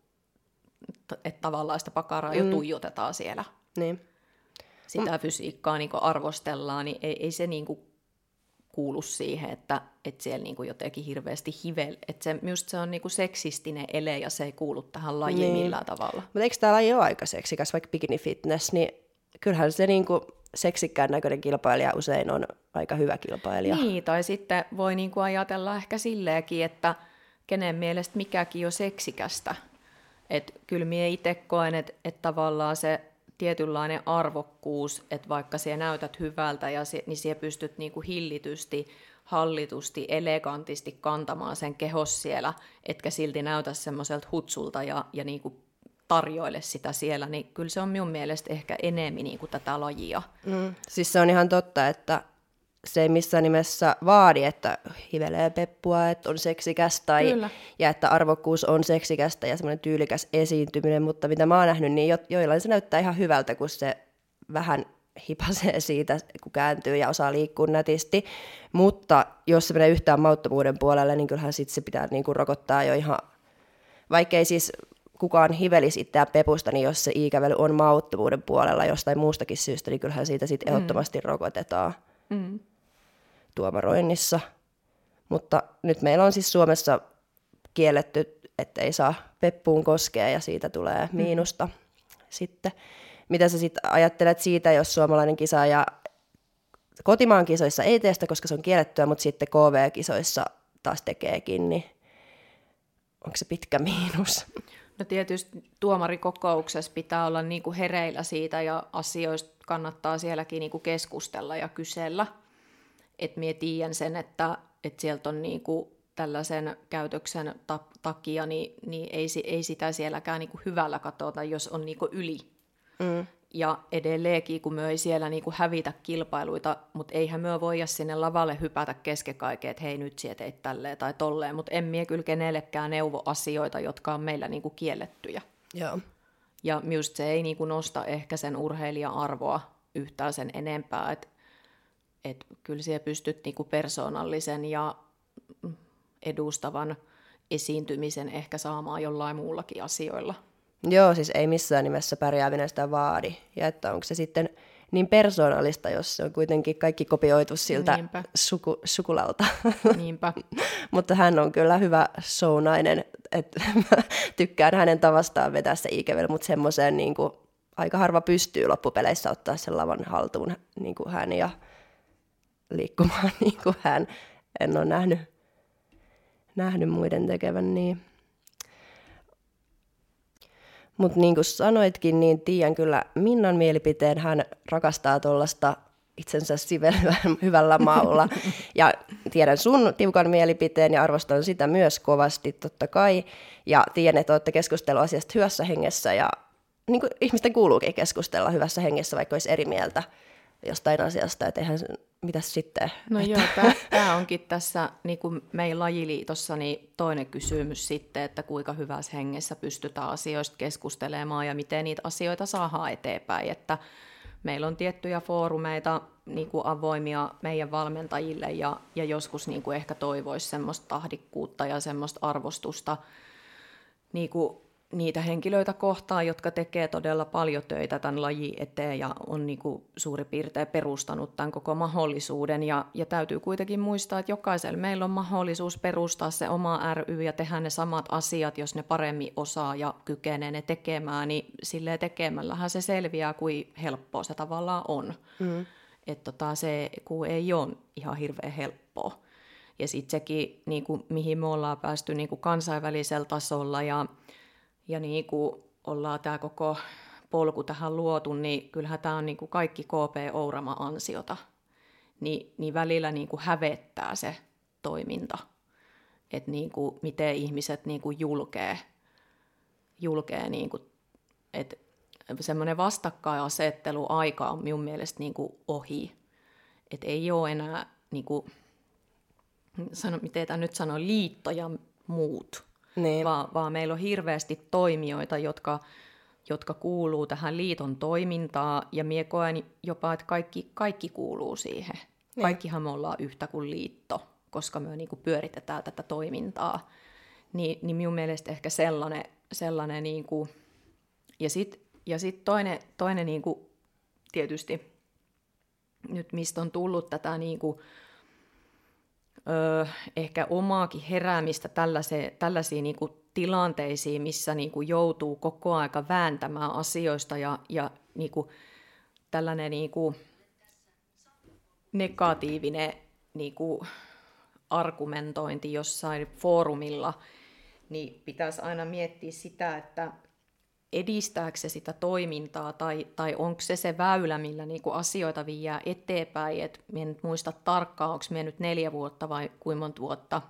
että tavallaan sitä pakkaraa mm. jo tuijotetaan siellä. Niin. Sitä mm. fysiikkaa niinku arvostellaan, niin ei, ei se niinku kuulu siihen, että, että siellä niinku jotenkin hirveästi hivel. Että se, minusta se on niinku seksistinen ele ja se ei kuulu tähän lajiin niin. millään tavalla. Mutta eikö tämä laji ole aika seksikäs, vaikka bikini fitness, niin kyllähän se niinku seksikkään näköinen kilpailija usein on aika hyvä kilpailija. Niin, tai sitten voi niinku ajatella ehkä silleenkin, että kenen mielestä mikäkin on seksikästä. Että kyllä minä itse koen, että, että tavallaan se tietynlainen arvokkuus, että vaikka sinä näytät hyvältä, ja se, niin sinä pystyt niinku hillitysti, hallitusti, elegantisti kantamaan sen kehos siellä, etkä silti näytä semmoiselta hutsulta ja, ja niinku tarjoile sitä siellä, niin kyllä se on minun mielestä ehkä enemmän niinku tätä lajia. Mm. Siis se on ihan totta, että se ei missään nimessä vaadi, että hivelee peppua, että on seksikäs tai, ja että arvokkuus on seksikästä ja semmoinen tyylikäs esiintyminen, mutta mitä mä oon nähnyt, niin jo, joillain se näyttää ihan hyvältä, kun se vähän hipasee siitä, kun kääntyy ja osaa liikkua nätisti, mutta jos se menee yhtään mauttomuuden puolelle, niin kyllähän sit se pitää niin kuin rokottaa jo ihan, vaikkei siis kukaan hivelisi itseään pepusta, niin jos se iikävely on mauttomuuden puolella jostain muustakin syystä, niin kyllähän siitä sitten mm. ehdottomasti rokotetaan. Mm. tuomaroinnissa, mutta nyt meillä on siis Suomessa kielletty, että ei saa peppuun koskea ja siitä tulee miinusta mm. sitten. Mitä sä sitten ajattelet siitä, jos suomalainen kisaaja kotimaan kisoissa ei tee sitä, koska se on kiellettyä, mutta sitten K V-kisoissa taas tekeekin, niin onko se pitkä miinus? No tietysti tuomarikokouksessa pitää olla niinku hereillä siitä ja asioista kannattaa sielläkin niinku keskustella ja kysellä. Että minä tiedän sen, että, että sieltä on niinku tällaisen käytöksen ta- takia, niin, niin ei, ei sitä sielläkään niinku hyvällä katsota, jos on niinku yli. Mm. Ja edelleenkin, kun me ei siellä niinku hävitä kilpailuita, mutta eihän me voida sinne lavalle hypätä kesken kaiken, että hei nyt sinä teit tälleen tai tolleen, mutta en minä kyllä kenellekään neuvo asioita, jotka on meillä niinku kiellettyjä. Joo. Ja minusta se ei niinku nosta ehkä sen urheilijan arvoa yhtään sen enempää, että että kyllä siellä pystyt niinku persoonallisen ja edustavan esiintymisen ehkä saamaan jollain muullakin asioilla. Joo, siis ei missään nimessä pärjääminen sitä vaadi. Ja että onko se sitten niin persoonallista, jos se on kuitenkin kaikki kopioitu siltä suku, sukulalta. Niinpä. Mutta hän on kyllä hyvä shownainen, että tykkään hänen tavastaan vetää se ikävely, mutta semmoiseen niin kuin aika harva pystyy loppupeleissä ottaa sen lavan haltuun niin kuin hän ja liikkumaan niin kuin hän. En ole nähnyt, nähnyt muiden tekevän niin. Mutta niin kuin sanoitkin, niin tiedän kyllä Minnan mielipiteen. Hän rakastaa tuollaista itsensä sivelyä hyvällä maulla. Ja tiedän sun tiukan mielipiteen ja arvostan sitä myös kovasti totta kai. Ja tiedän, että olette keskustellut asiasta hyvässä hengessä. Ja niin kuin ihmisten kuuluukin keskustella hyvässä hengessä, vaikka olisi eri mieltä jostain asiasta, että eihän mitäs sitten. No että... joo, tämä onkin tässä niin kuin meidän lajiliitossa niin toinen kysymys sitten, että kuinka hyvässä hengessä pystytään asioista keskustelemaan ja miten niitä asioita saadaan eteenpäin. Että meillä on tiettyjä foorumeita niin kuin avoimia meidän valmentajille ja, ja joskus niin kuin ehkä toivoisi semmoista tahdikkuutta ja semmoista arvostusta niin kuin niitä henkilöitä kohtaan, jotka tekee todella paljon töitä tämän lajin eteen ja on niin kuin suurin piirtein perustanut tämän koko mahdollisuuden. Ja, ja täytyy kuitenkin muistaa, että jokaisella meillä on mahdollisuus perustaa se oma ry ja tehdä ne samat asiat, jos ne paremmin osaa ja kykenee ne tekemään, niin silleen tekemällähän se selviää, kuin helppoa se tavallaan on. Mm. Että tota, se kun ei ole ihan hirveän helppoa. Ja sitten sekin, niin kuin, mihin me ollaan päästy niin kuin kansainvälisellä tasolla ja Ja niin kuin ollaan tämä koko polku tähän luotu, niin kyllähän tämä on niin kuin kaikki K P Ourama ansiota. niin, niin välillä niin kuin hävettää se toiminta. Että niin kuin, miten ihmiset niin kuin julkee, julkee niin kuin, että semmoinen vastakkainasetteluaika on minun mielestä niin kuin ohi. Että ei ole enää, niin kuin, sano, miten tämä nyt sanoo, liitto ja muut, niin. vaan, vaan meillä on hirveästi toimijoita, jotka, jotka kuuluu tähän liiton toimintaan, ja minä koen jopa, että kaikki, kaikki kuuluu siihen. Niin. Kaikkihan me ollaan yhtä kuin liitto, koska me niin kuin pyöritetään tätä toimintaa. Ni, niin minun mielestä ehkä sellainen, sellainen niin kuin, ja sitten ja sit toinen, toinen niin kuin, tietysti, nyt mistä on tullut tätä niin kuin, ö, ehkä omaakin heräämistä tällaisiin, tällaisiin niin kuin tilanteisiin, missä niin kuin joutuu koko aika vääntämään asioista ja, ja niin kuin, tällainen niin kuin, negatiivinen niin kuin, argumentointi jossain foorumilla, niin pitäisi aina miettiä sitä, että edistääkö se sitä toimintaa tai, tai onko se se väylä, millä niinku asioita viedään eteenpäin. Et minä en nyt muista tarkkaan, onko minä nyt neljä vuotta vai kuinka monta vuotta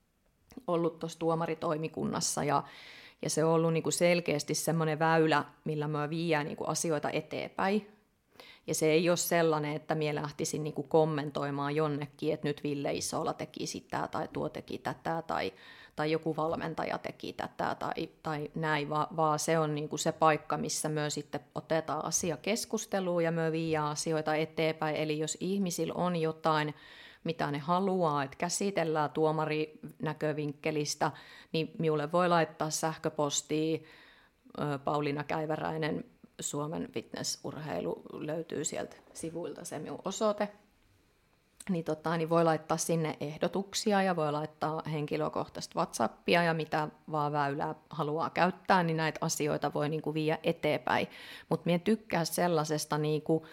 ollut tuossa tuomaritoimikunnassa. Ja, ja se on ollut niinku selkeästi semmoinen väylä, millä me viedään niinku asioita eteenpäin. Ja se ei ole sellainen, että minä lähtisin niinku kommentoimaan jonnekin, että nyt Ville Isola teki sitä tai tuo teki tätä tai, tai joku valmentaja teki tätä tai, tai näin, vaan, vaan se on niinku se paikka, missä me sitten otetaan asia keskusteluun ja me viedään asioita eteenpäin. Eli jos ihmisillä on jotain, mitä ne haluaa, että käsitellään tuomarinäkövinkkelistä, niin minulle voi laittaa sähköpostia. Pauliina Käiväräinen, Suomen fitnessurheilu, löytyy sieltä sivuilta se minun osoite. Niin, tota, niin voi laittaa sinne ehdotuksia ja voi laittaa henkilökohtaista WhatsAppia ja mitä vaan väylää haluaa käyttää, niin näitä asioita voi niinku viedä eteenpäin. Mutta minä en tykkää sellaisesta niinku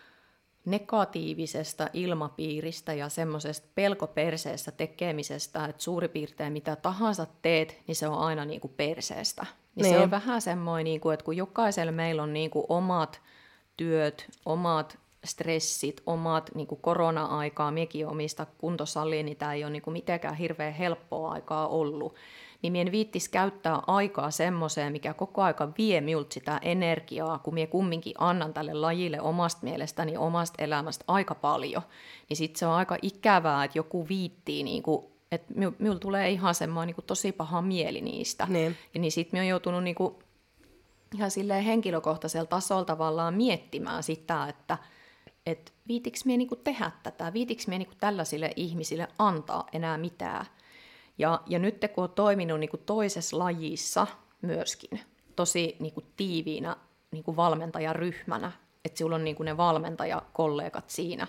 negatiivisesta ilmapiiristä ja semmoisesta pelkoperseestä tekemisestä, että suurin piirtein mitä tahansa teet, niin se on aina niinku perseestä. Niin niin. Se on vähän semmoinen, niinku, että kun jokaisella meillä on niinku omat työt, omat stressit, omat niinku korona-aikaa, minäkin omista kuntosaliin, niin tämä ei ole niinku mitenkään hirveän helppoa aikaa ollut. Niin minä en viittisi käyttää aikaa semmoiseen, mikä koko aika vie minulta sitä energiaa, kun minä kumminkin annan tälle lajille omasta mielestäni, omasta elämästä aika paljon. Niin sitten se on aika ikävää, että joku viittii, niinku, että minulla tulee ihan semmoinen niinku tosi paha mieli niistä. Niin. Ja niin sitten minä olen joutunut niinku ihan silleen henkilökohtaisella tasolla tavallaan miettimään sitä, että et viitikö minä niinku tehdä tätä, viitikö minä niinku tällaisille ihmisille antaa enää mitään. Ja, ja nyt kun on toiminut niin kuin toisessa lajissa myöskin, tosi niin kuin tiiviinä niin kuin valmentajaryhmänä, että sinulla on niin kuin ne valmentajakollegat siinä,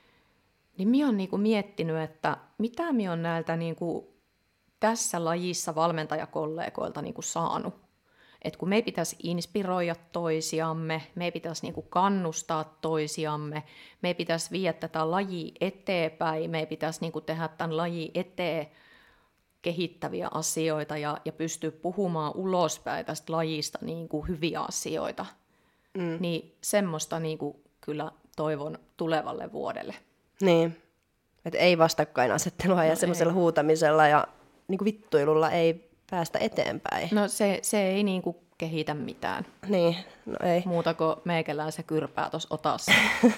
niin minä olen niin kuin miettinyt, että mitä minä olen näiltä niin kuin tässä lajissa valmentajakollegoilta niin kuin saanut. Että kun me ei pitäisi inspiroida toisiamme, me ei pitäisi niin kuin kannustaa toisiamme, me ei pitäisi viedä tätä lajia eteenpäin, me ei pitäisi niin kuin tehdä tämän lajin eteen kehittäviä asioita ja, ja pystyy puhumaan ulospäin tästä lajista niin kuin hyviä asioita. Mm. Niin semmoista niin kuin kyllä toivon tulevalle vuodelle. Niin, että ei vastakkainasettelua no ja semmoisella huutamisella ja niin kuin vittuilulla ei päästä eteenpäin. No se, se ei niin kuin kehitä mitään. Niin, no ei. Muuta kuin meikälään se kyrpää tuossa otassa.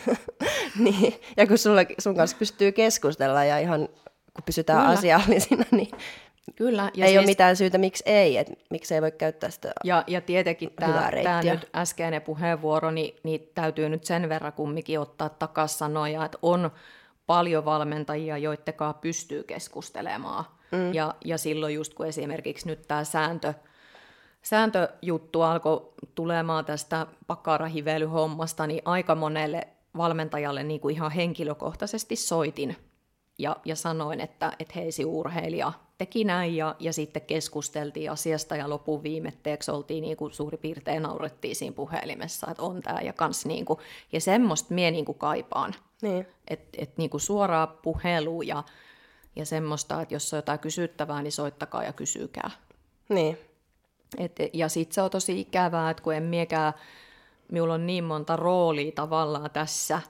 Niin, ja kun sulla, sun kanssa pystyy keskustella ja ihan kun pysytään Kyllä. asiallisina, niin Kyllä. Ja ei siis ole mitään syytä, miksi ei, että miksi ei voi käyttää sitä Ja, ja tietenkin tämä, tämä nyt äskeinen puheenvuoro, niin, niin täytyy nyt sen verran kumminkin ottaa takaisin sanoja, että on paljon valmentajia, joittekaan pystyy keskustelemaan. Mm. Ja, ja silloin just kun esimerkiksi nyt tämä sääntö, sääntöjuttu alkoi tulemaan tästä pakarahiveilyhommasta, niin aika monelle valmentajalle niin kuin ihan henkilökohtaisesti soitin ja, ja sanoin, että et heisi urheilija teki näin ja, ja sitten keskusteltiin asiasta ja lopun viimetteeksi oltiin niin kuin suurin piirtein naurettiin siinä puhelimessa, että on tämä ja kans niin kuin, ja semmoista mie niin kuin kaipaan, niin. että et niin kuin suoraa puhelua ja, ja semmoista, että jos on jotain kysyttävää, niin soittakaa ja kysykää. Niin. Et, ja sitten se on tosi ikävää, että kun en miekään, minulla on niin monta roolia tavallaan tässä,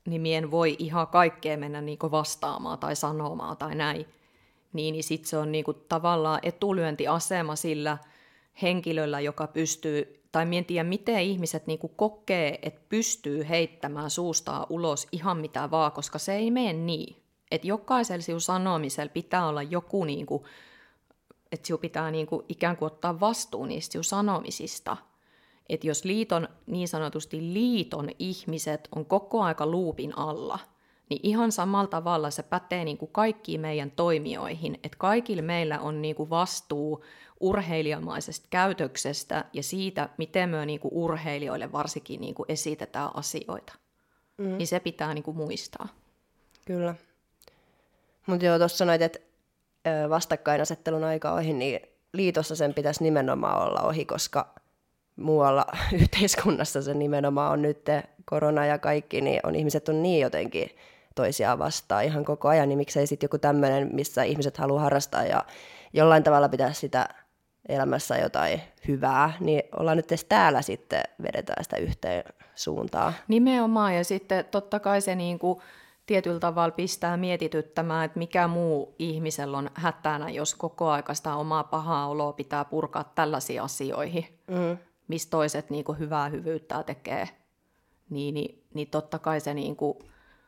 niin mien voi ihan kaikkea mennä niinku vastaamaan tai sanomaan tai näin. Niin, niin sitten se on niinku tavallaan etulyöntiasema sillä henkilöllä, joka pystyy, tai en tiedä miten ihmiset niinku kokee, että pystyy heittämään suustaan ulos ihan mitä vaan, koska se ei mene niin. Että jokaisella sinun sanomisella pitää olla joku, niinku, että sinun pitää niinku ikään kuin ottaa vastuu niistä sinun sanomisista. Että jos liiton, niin sanotusti liiton ihmiset on koko aika luupin alla, niin ihan samalla tavalla se pätee niin kuin kaikkiin meidän toimijoihin, että kaikilla meillä on niin kuin vastuu urheilijamaisesta käytöksestä ja siitä, miten me niin kuin urheilijoille varsinkin niin kuin esitetään asioita. Mm. Niin se pitää niin kuin muistaa. Kyllä. Mutta joo, tuossa sanoit, että vastakkainasettelun aika ohi, niin liitossa sen pitäisi nimenomaan olla ohi, koska muualla yhteiskunnassa se nimenomaan on nyt korona ja kaikki, niin on, ihmiset on niin jotenkin toisiaan vastaan ihan koko ajan, niin miksei sitten joku tämmöinen, missä ihmiset haluaa harrastaa ja jollain tavalla pitää sitä elämässä jotain hyvää, niin ollaan nyt edes täällä sitten, vedetään sitä yhteen suuntaan. Nimenomaan, ja sitten totta kai se niinku tietyllä tavalla pistää mietityttämään, että mikä muu ihmisellä on hätänä, jos koko aika sitä omaa pahaa oloa pitää purkaa tällaisiin asioihin, mm. missä toiset niinku hyvää hyvyyttä tekee, niin, niin, niin totta kai se niinku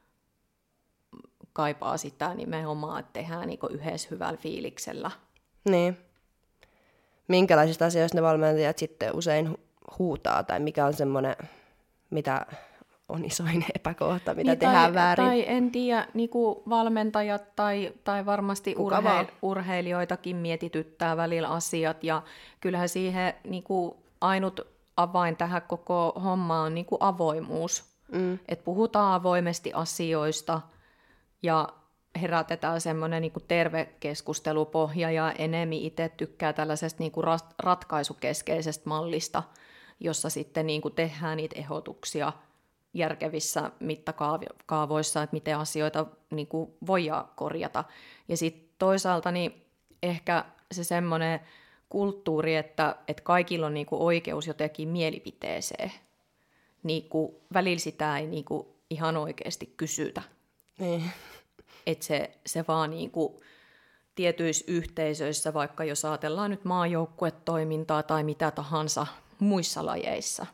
kaipaa sitä nimenomaan, että tehdään niinku yhdessä hyvällä fiiliksellä. Niin. Minkälaisista asioista ne valmentajat sitten usein huutaa, tai mikä on semmoinen, mitä on isoin epäkohta, mitä niin, tehdään tai, väärin? Tai en tiedä, niin kuin valmentajat tai, tai varmasti urheil, urheilijoitakin mietityttää välillä asiat, ja kyllähän siihen niin kuin ainut avain tähän koko hommaan on niin kuin avoimuus. Mm. Että puhutaan avoimesti asioista, ja herätetään semmoinen niin kuin terve keskustelupohja, ja enemmän itse tykkää tällaisesta niin kuin ratkaisukeskeisestä mallista, jossa sitten niin kuin tehdään niitä ehdotuksia järkevissä mittakaavoissa, että miten asioita niin kuin voidaan korjata. Ja sitten toisaalta niin ehkä se semmoinen kulttuuri, että, että kaikilla on niin kuin oikeus jotenkin mielipiteeseen, niin kuin välillä sitä ei niin kuin ihan oikeasti kysytä. Niin. Että se, se vaan niin kuin tietyissä yhteisöissä, vaikka jos ajatellaan nyt maajoukkuetoimintaa tai mitä tahansa muissa lajeissa,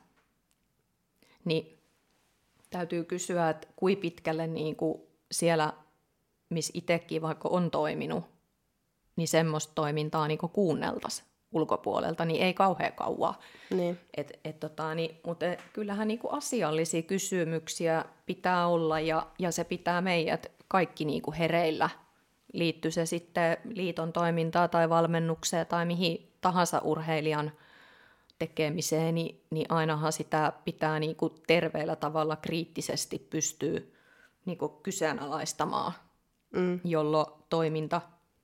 niin täytyy kysyä, että kuinka pitkälle niin kuin siellä, missä itsekin vaikka on toiminut, niin semmoista toimintaa niin kuin kuunneltaisiin ulkopuolelta, niin ei kauhean kauan. Niin. Et, et tota, niin, mutta kyllähän niin kuin asiallisia kysymyksiä pitää olla, ja, ja se pitää meidät kaikki niin kuin hereillä. Liittyy se sitten liiton toimintaa tai valmennukseen tai mihin tahansa urheilijan tekemiseen, niin, niin ainahan sitä pitää niin kuin terveellä tavalla kriittisesti pystyä niin kuin kyseenalaistamaan, mm. jolloin toiminta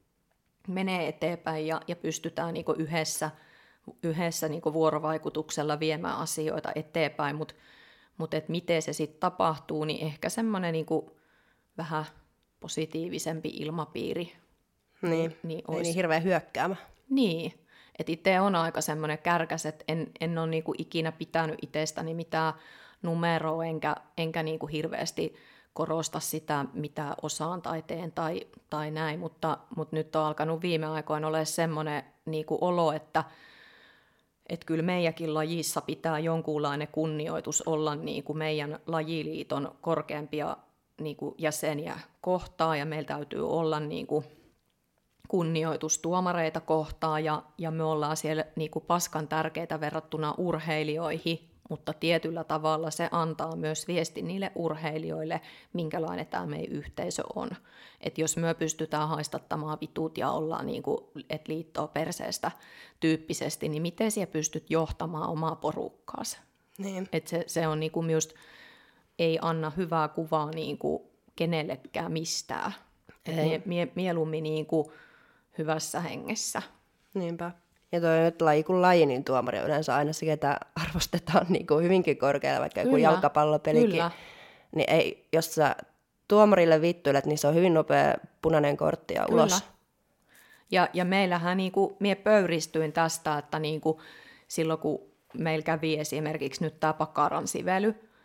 menee eteenpäin ja, ja pystytään niin kuin yhdessä, yhdessä niin kuin vuorovaikutuksella viemään asioita eteenpäin, mutta mut et miten se sitten tapahtuu, niin ehkä semmoinen niin kuin vähän positiivisempi ilmapiiri. Niin, niin ei niin hirveän hyökkäämä. Niin. Että itse on aika semmoinen kärkäs, että en, en ole niinku ikinä pitänyt itsestäni mitään numeroa, enkä, enkä niinku hirveästi korosta sitä, mitä osaan tai teen tai, tai näin, mutta, mutta nyt on alkanut viime aikoina olla semmoinen niinku olo, että et kyllä meidänkin lajissa pitää jonkunlainen kunnioitus olla niinku meidän lajiliiton korkeampia niinku jäseniä kohtaan, ja meillä täytyy olla niinku kunnioitus tuomareita kohtaan, ja, ja me ollaan siellä niin kuin paskan tärkeitä verrattuna urheilijoihin, mutta tietyllä tavalla se antaa myös viesti niille urheilijoille, minkälainen tämä meidän yhteisö on. Että jos me pystytään haistattamaan vitut ja ollaan niin kuin, et liittoa perseestä tyyppisesti, niin miten siellä pystyt johtamaan omaa porukkaasi? Niin. Että se, se on niin kuin just, ei anna hyvää kuvaa niin kuin kenellekään mistään. Mie, mie, mieluummin niin kuin hyvässä hengessä. Niinpä. Ja toi nyt laji kuin laji, niin tuomari on yleensä aina se, ketä arvostetaan niin kuin hyvinkin korkealla, vaikka joku jalkapallopelikin. Kyllä. Niin ei, jos sä tuomarille vittuilet, niin se on hyvin nopea punainen kortti ja ulos. Kyllä. Ja, ja meillähän, niin kuin, mie pöyristyin tästä, että niin kuin, silloin kun meillä kävi esimerkiksi nyt tämä Pakaran sively,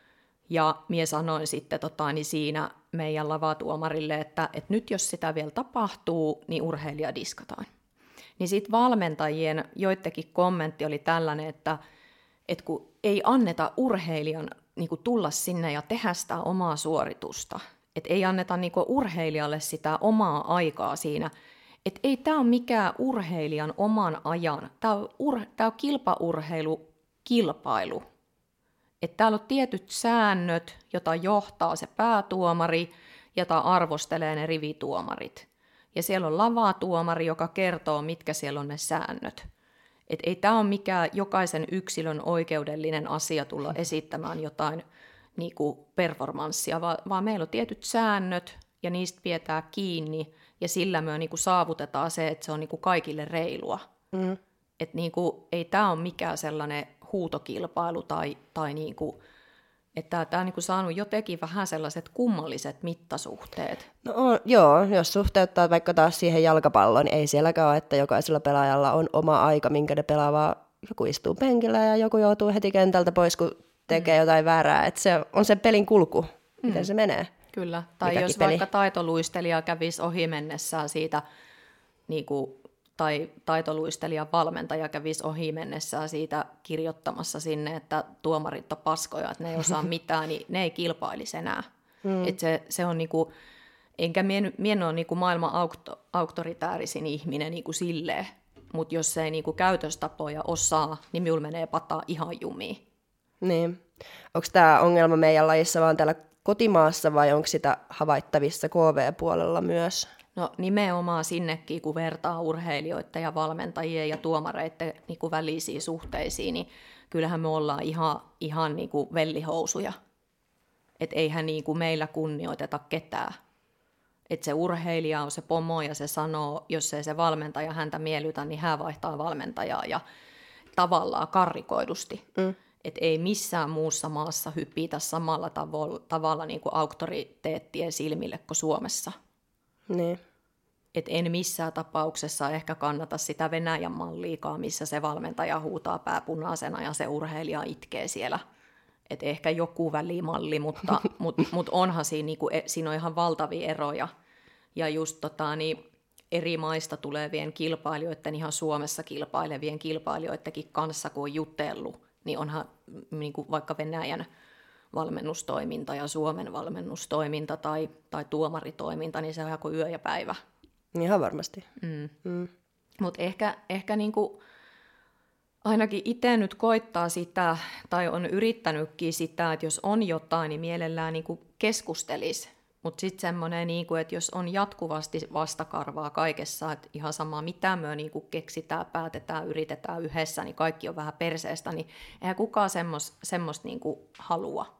Ja mie sanoin sitten tota, niin siinä meidän lavatuomarille, että, että nyt jos sitä vielä tapahtuu, niin urheilija diskataan. Niin sitten valmentajien joidenkin kommentti oli tällainen, että, että kun ei anneta urheilijan niin kuin tulla sinne ja tehdä sitä omaa suoritusta, että ei anneta niin kuin urheilijalle sitä omaa aikaa siinä, että ei tämä ole mikään urheilijan oman ajan, tämä on, ur, tämä on kilpaurheilu, kilpailu. Että täällä on tietyt säännöt, jota johtaa se päätuomari, jota arvostelee ne rivituomarit. Ja siellä on lavatuomari, joka kertoo, mitkä siellä on ne säännöt. Et ei tämä ole mikään jokaisen yksilön oikeudellinen asia tulla esittämään jotain niinku performanssia, vaan, vaan meillä on tietyt säännöt, ja niistä pidetään kiinni, ja sillä me niinku saavutetaan se, että se on niinku kaikille reilua. Mm. Että niinku, ei tämä ole mikään sellainen huutokilpailu tai, tai niinku, että tämä on niinku saanut jotenkin vähän sellaiset kummalliset mittasuhteet. No on, joo, jos suhteuttaa vaikka taas siihen jalkapalloon, niin ei sielläkään ole, että jokaisella pelaajalla on oma aika, minkä ne pelaa, vaan joku istuu penkillä ja joku joutuu heti kentältä pois, kun tekee mm. jotain väärää. Että se on se pelin kulku, miten mm. se menee. Kyllä, tai mikäkin jos peli. Vaikka taitoluistelija kävisi ohi mennessään siitä, niin kuin, tai taitoluistelijan valmentaja kävisi ohi mennessään siitä kirjoittamassa sinne, että tuomarit on paskoja, että ne ei osaa mitään, niin ne ei kilpailisi enää. Mm. Et se, se on niinku, enkä mie, mie ole niinku maailman aukto, auktoritäärisin ihminen niinku silleen, mutta jos se ei niinku käytöstapoja osaa, niin minulla menee pataa ihan jumiin. Niin. Onko tämä ongelma meidän lajissa vaan täällä kotimaassa vai onko sitä havaittavissa K V-puolella myös? No nimenomaan sinnekin, kun vertaa urheilijoiden ja valmentajien ja tuomareiden niin kuin välisiin suhteisiin, niin kyllähän me ollaan ihan, ihan niin kuin vellihousuja. Että eihän niin kuin meillä kunnioiteta ketään. Että se urheilija on se pomo ja se sanoo, jos ei se valmentaja häntä miellytä, niin hän vaihtaa valmentajaa ja tavallaan karrikoidusti. Mm. Että ei missään muussa maassa hyppitä samalla tavo- tavalla niin kuin auktoriteettien silmille kuin Suomessa. Niin. Et en missään tapauksessa ehkä kannata sitä Venäjän malliikaan, missä se valmentaja huutaa pääpunaisena ja se urheilija itkee siellä. Et ehkä joku välimalli, mutta mut, mut onhan siinä, niinku, siinä on ihan valtavia eroja. Ja just tota, niin eri maista tulevien kilpailijoiden, ihan Suomessa kilpailevien kilpailijoidenkin kanssa, kun on jutellut, niin onhan niinku, vaikka Venäjän valmennustoiminta ja Suomen valmennustoiminta tai, tai tuomaritoiminta, niin se on ihan kuin yö ja päivä. Ihan varmasti. Mm. Mm. Mutta ehkä, ehkä niinku ainakin itse nyt koittaa sitä, tai on yrittänytkin sitä, että jos on jotain, niin mielellään niinku keskustelisi. Mutta sitten semmoinen, niinku, että jos on jatkuvasti vastakarvaa kaikessa, että ihan sama mitä me niinku keksitään, päätetään, yritetään yhdessä, niin kaikki on vähän perseestä, niin eihän kukaan semmoista semmos niinku halua.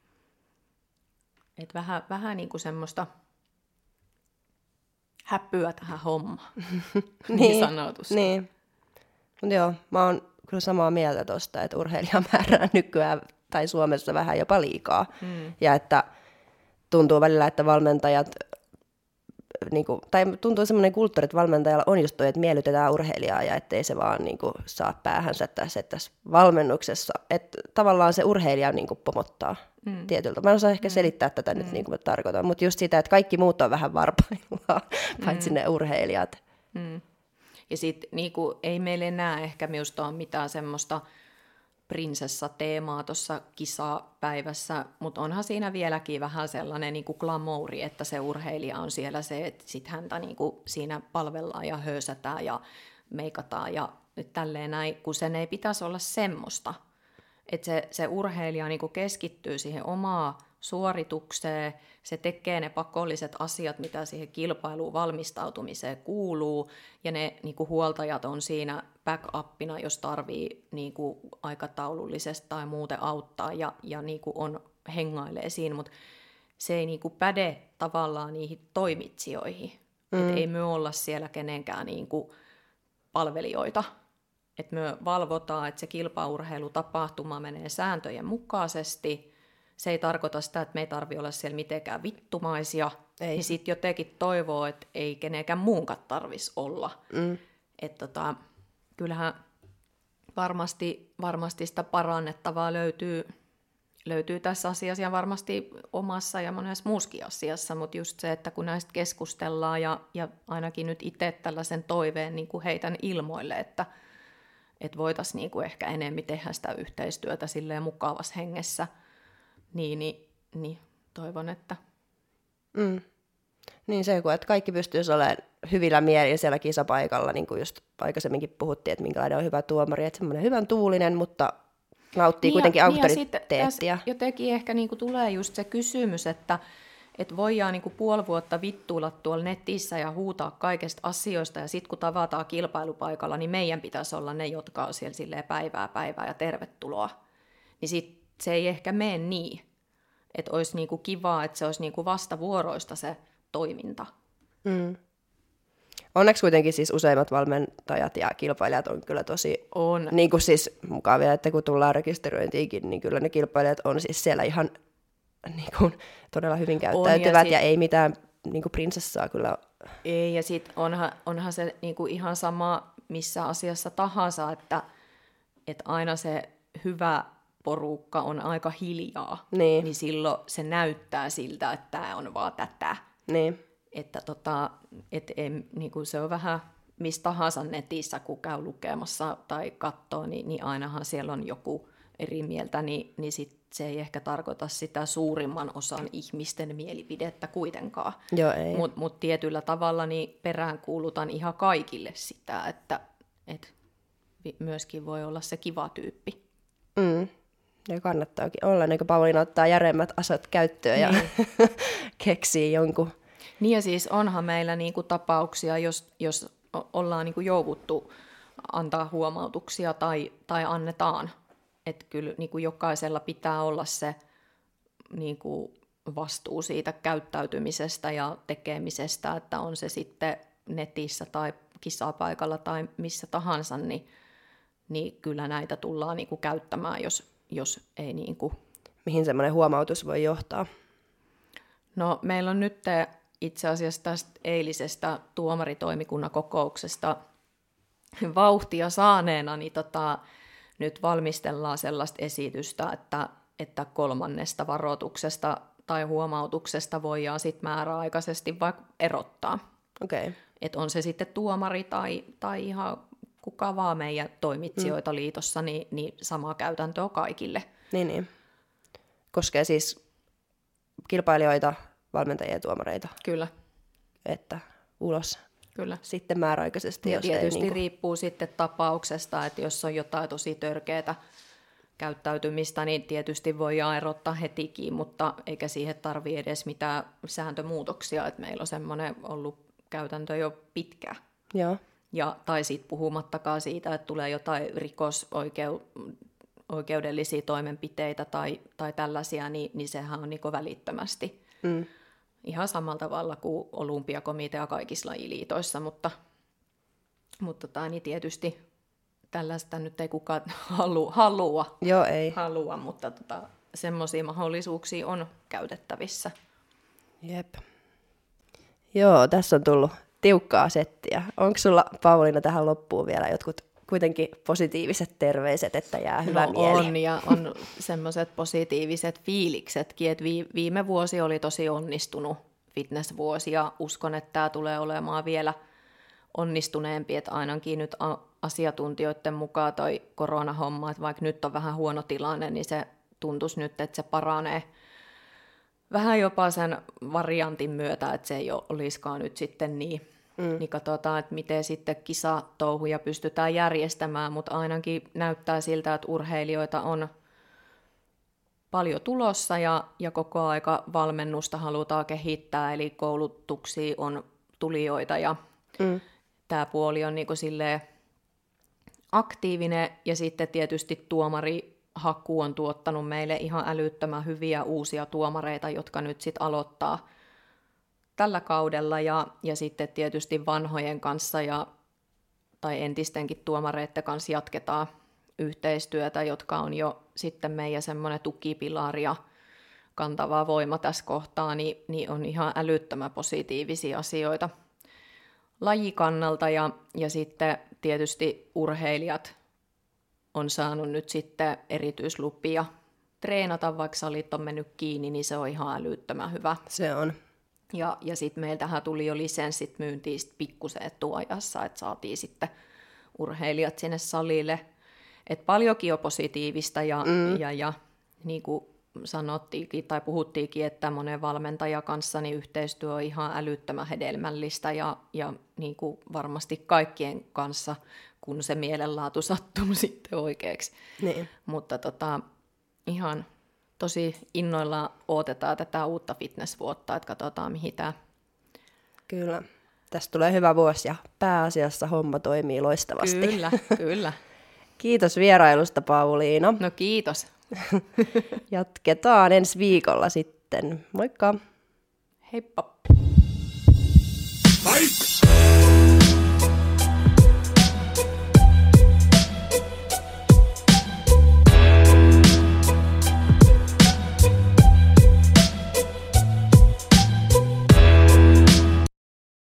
Et vähän, vähän niinku semmoista häppyä tähän hommaan, niin sanotusti. Niin. Mutta joo, mä oon kyllä samaa mieltä tosta, että urheilijamäärää nykyään tai Suomessa vähän jopa liikaa. Mm. Ja että tuntuu välillä, että valmentajat, niinku, tai tuntuu semmoinen kulttuuri, että valmentajalla on just toi, että miellytetään urheilijaa ja ettei se vaan niinku saa päähänsä tässä, tässä valmennuksessa. Että tavallaan se urheilija niinku pomottaa mm. tietyltä. Mä en osaa ehkä mm. selittää tätä mm. nyt niin kuin mä tarkoitan, mutta just sitä, että kaikki muut on vähän varpaillaan, mm. paitsi ne urheilijat. Mm. Ja sitten niinku, ei meillä enää ehkä minusta ole mitään semmoista prinsessateemaa tuossa kisapäivässä, mutta onhan siinä vieläkin vähän sellainen niinku glamouri, että se urheilija on siellä se, että sitten häntä niinku siinä palvellaan ja höysätään ja meikataan ja tälleen näin, kun sen ei pitäisi olla semmoista. Että se, se urheilija niinku keskittyy siihen omaan suoritukseen, se tekee ne pakolliset asiat, mitä siihen kilpailuun valmistautumiseen kuuluu, ja ne niinku huoltajat on siinä back-upina, jos tarvii niinku aikataulullisesti tai muuten auttaa, ja, ja niinku on, hengailee siinä, mutta se ei niinku päde tavallaan niihin toimitsijoihin. Mm. Et ei me olla siellä kenenkään niinku palvelijoita. Että me valvotaan, että se kilpaurheilutapahtuma menee sääntöjen mukaisesti. Se ei tarkoita sitä, että me ei tarvitse olla siellä mitenkään vittumaisia. Ei. Niin sitten jotenkin toivoo, että ei kenenkään muunkaan tarvitsisi olla. Mm. Että tota, kyllähän varmasti, varmasti sitä parannettavaa löytyy, löytyy tässä asiassa ja varmasti omassa ja monessa muuskin asiassa, mutta just se, että kun näistä keskustellaan ja, ja ainakin nyt itse tällaisen toiveen niin kuin heitän ilmoille, että, että voitaisiin niin kuin ehkä enemmän tehdä sitä yhteistyötä silleen mukavassa hengessä, niin, niin, niin toivon, että... Mm. Niin se, kun että kaikki pystyisi olemaan hyvillä mielin siellä kisapaikalla, niin kuin just aikaisemminkin puhuttiin, että minkälainen on hyvä tuomari, että semmoinen hyvän tuulinen, mutta nauttii niin kuitenkin ja, auktoriteettia. Niin ja jotenkin ehkä niinku tulee just se kysymys, että et voidaan niinku puoli vuotta vittuilla tuolla netissä ja huutaa kaikesta asioista, ja sitten kun tavataan kilpailupaikalla, niin meidän pitäisi olla ne, jotka on siellä silleen päivää päivää ja tervetuloa. Niin sit se ei ehkä mene niin, että olisi niinku kivaa, että se olisi niinku vastavuoroista se toiminta. Mm. Onneksi kuitenkin siis useimmat valmentajat ja kilpailijat on kyllä tosi on. Niin kuin siis mukavia, että kun tullaan rekisteröintiinkin, niin kyllä ne kilpailijat on siis siellä ihan niin kuin, todella hyvin käyttäytyvät ja, sit, ja ei mitään niin kuin prinsessaa kyllä. Ei, ja sitten onhan, onhan se niin kuin ihan sama missä asiassa tahansa, että, että aina se hyvä porukka on aika hiljaa, niin, niin silloin se näyttää siltä, että tämä on vaan tätä. Niin. Että tota, et, ei, niin kuin se on vähän mistä tahansa netissä, kun käy lukemassa tai katsoo, niin, niin ainahan siellä on joku eri mieltä, niin, niin sit se ei ehkä tarkoita sitä suurimman osan ihmisten mielipidettä kuitenkaan. Joo, ei. Mutta mut tietyllä tavalla niin peräänkuulutan ihan kaikille sitä, että et myöskin voi olla se kiva tyyppi. Mm. Ja kannattaakin olla, niin kuin Pauliina ottaa järeimmät asat käyttöön ja niin. keksii jonkun. Niin ja siis onhan meillä niinku tapauksia, jos, jos ollaan niinku jouduttu antaa huomautuksia tai, tai annetaan. Että kyllä niinku jokaisella pitää olla se niinku vastuu siitä käyttäytymisestä ja tekemisestä, että on se sitten netissä tai kisapaikalla tai missä tahansa, niin, niin kyllä näitä tullaan niinku käyttämään, jos, jos ei... Niinku... Mihin semmoinen huomautus voi johtaa? No meillä on nyt itse asiassa tästä eilisestä tuomaritoimikunnan kokouksesta vauhtia saaneena, niin tota, nyt valmistellaan sellaista esitystä, että, että kolmannesta varoituksesta tai huomautuksesta voidaan sit määräaikaisesti vaikka erottaa. Okay. Että on se sitten tuomari tai, tai ihan kuka vaan meidän toimitsijoita mm. liitossa, niin, niin sama käytäntö on kaikille. Niin, niin. Koskee siis kilpailijoita, valmentajia ja tuomareita. Kyllä. Että ulos. Kyllä. Sitten määräaikaisesti. Ja jos tietysti ei, niin kuin... riippuu sitten tapauksesta, että jos on jotain tosi törkeää käyttäytymistä, niin tietysti voidaan erottaa hetikin, mutta eikä siihen tarvitse edes mitään sääntömuutoksia, että meillä on semmoinen ollut käytäntö jo pitkään. Joo. Ja, tai sitten puhumattakaan siitä, että tulee jotain rikosoikeudellisia toimenpiteitä tai, tai tällaisia, niin, niin sehän on niin välittömästi. Mm. Ihan samalla tavalla kuin olympiakomitea kaikissa lajiliitoissa, mutta, mutta tai niin tietysti tällaista nyt ei kukaan halua, halua, Joo, ei. halua mutta tota, semmoisia mahdollisuuksia on käytettävissä. Jep. Joo, tässä on tullut tiukkaa settiä. Onko sulla, Pauliina, tähän loppuun vielä jotkut kuitenkin positiiviset terveiset, että jää hyvä no mieli? On, ja on semmoiset positiiviset fiiliksetkin, että viime vuosi oli tosi onnistunut fitnessvuosi, ja uskon, että tämä tulee olemaan vielä onnistuneempi, että ainakin nyt asiantuntijoiden mukaan toi koronahomma, että vaikka nyt on vähän huono tilanne, niin se tuntuisi nyt, että se paranee vähän jopa sen variantin myötä, että se ei olisikaan nyt sitten niin. Mm. Niin katsotaan, että miten sitten kisatouhuja pystytään järjestämään, mutta ainakin näyttää siltä, että urheilijoita on paljon tulossa ja, ja koko aika valmennusta halutaan kehittää, eli koulutuksia on tulijoita ja mm. tämä puoli on niin kuin silleen aktiivinen ja sitten tietysti tuomarihaku on tuottanut meille ihan älyttömän hyviä uusia tuomareita, jotka nyt sitten aloittaa tällä kaudella ja, ja sitten tietysti vanhojen kanssa ja, tai entistenkin tuomareiden kanssa jatketaan yhteistyötä, jotka on jo sitten meidän semmoinen tukipilari ja kantava voima tässä kohtaa, niin, niin on ihan älyttömän positiivisia asioita lajikannalta ja, ja sitten tietysti urheilijat on saanut nyt sitten erityislupia treenata, vaikka salit on mennyt kiinni, niin se on ihan älyttömän hyvä. Se on. Ja, ja sitten meiltähän tuli jo lisenssit myyntiin pikkusen etuajassa, että saatiin sitten urheilijat sinne salille. Et paljonkin on positiivista ja, mm. ja, ja niin kuin sanottiinkin tai puhuttiinkin, että monen valmentajan kanssa niin yhteistyö on ihan älyttömän hedelmällistä ja, ja niin kuin varmasti kaikkien kanssa, kun se mielenlaatu sattuu sitten oikeaksi. Niin. Mutta tota, ihan tosi innoilla odotetaan tätä uutta fitnessvuotta, että katsotaan mihin tämä. Kyllä. Tästä tulee hyvä vuosi ja pääasiassa homma toimii loistavasti. Kyllä, kyllä. Kiitos vierailusta, Pauliina. No kiitos. Jatketaan ensi viikolla sitten. Moikka! Heippa! Fight!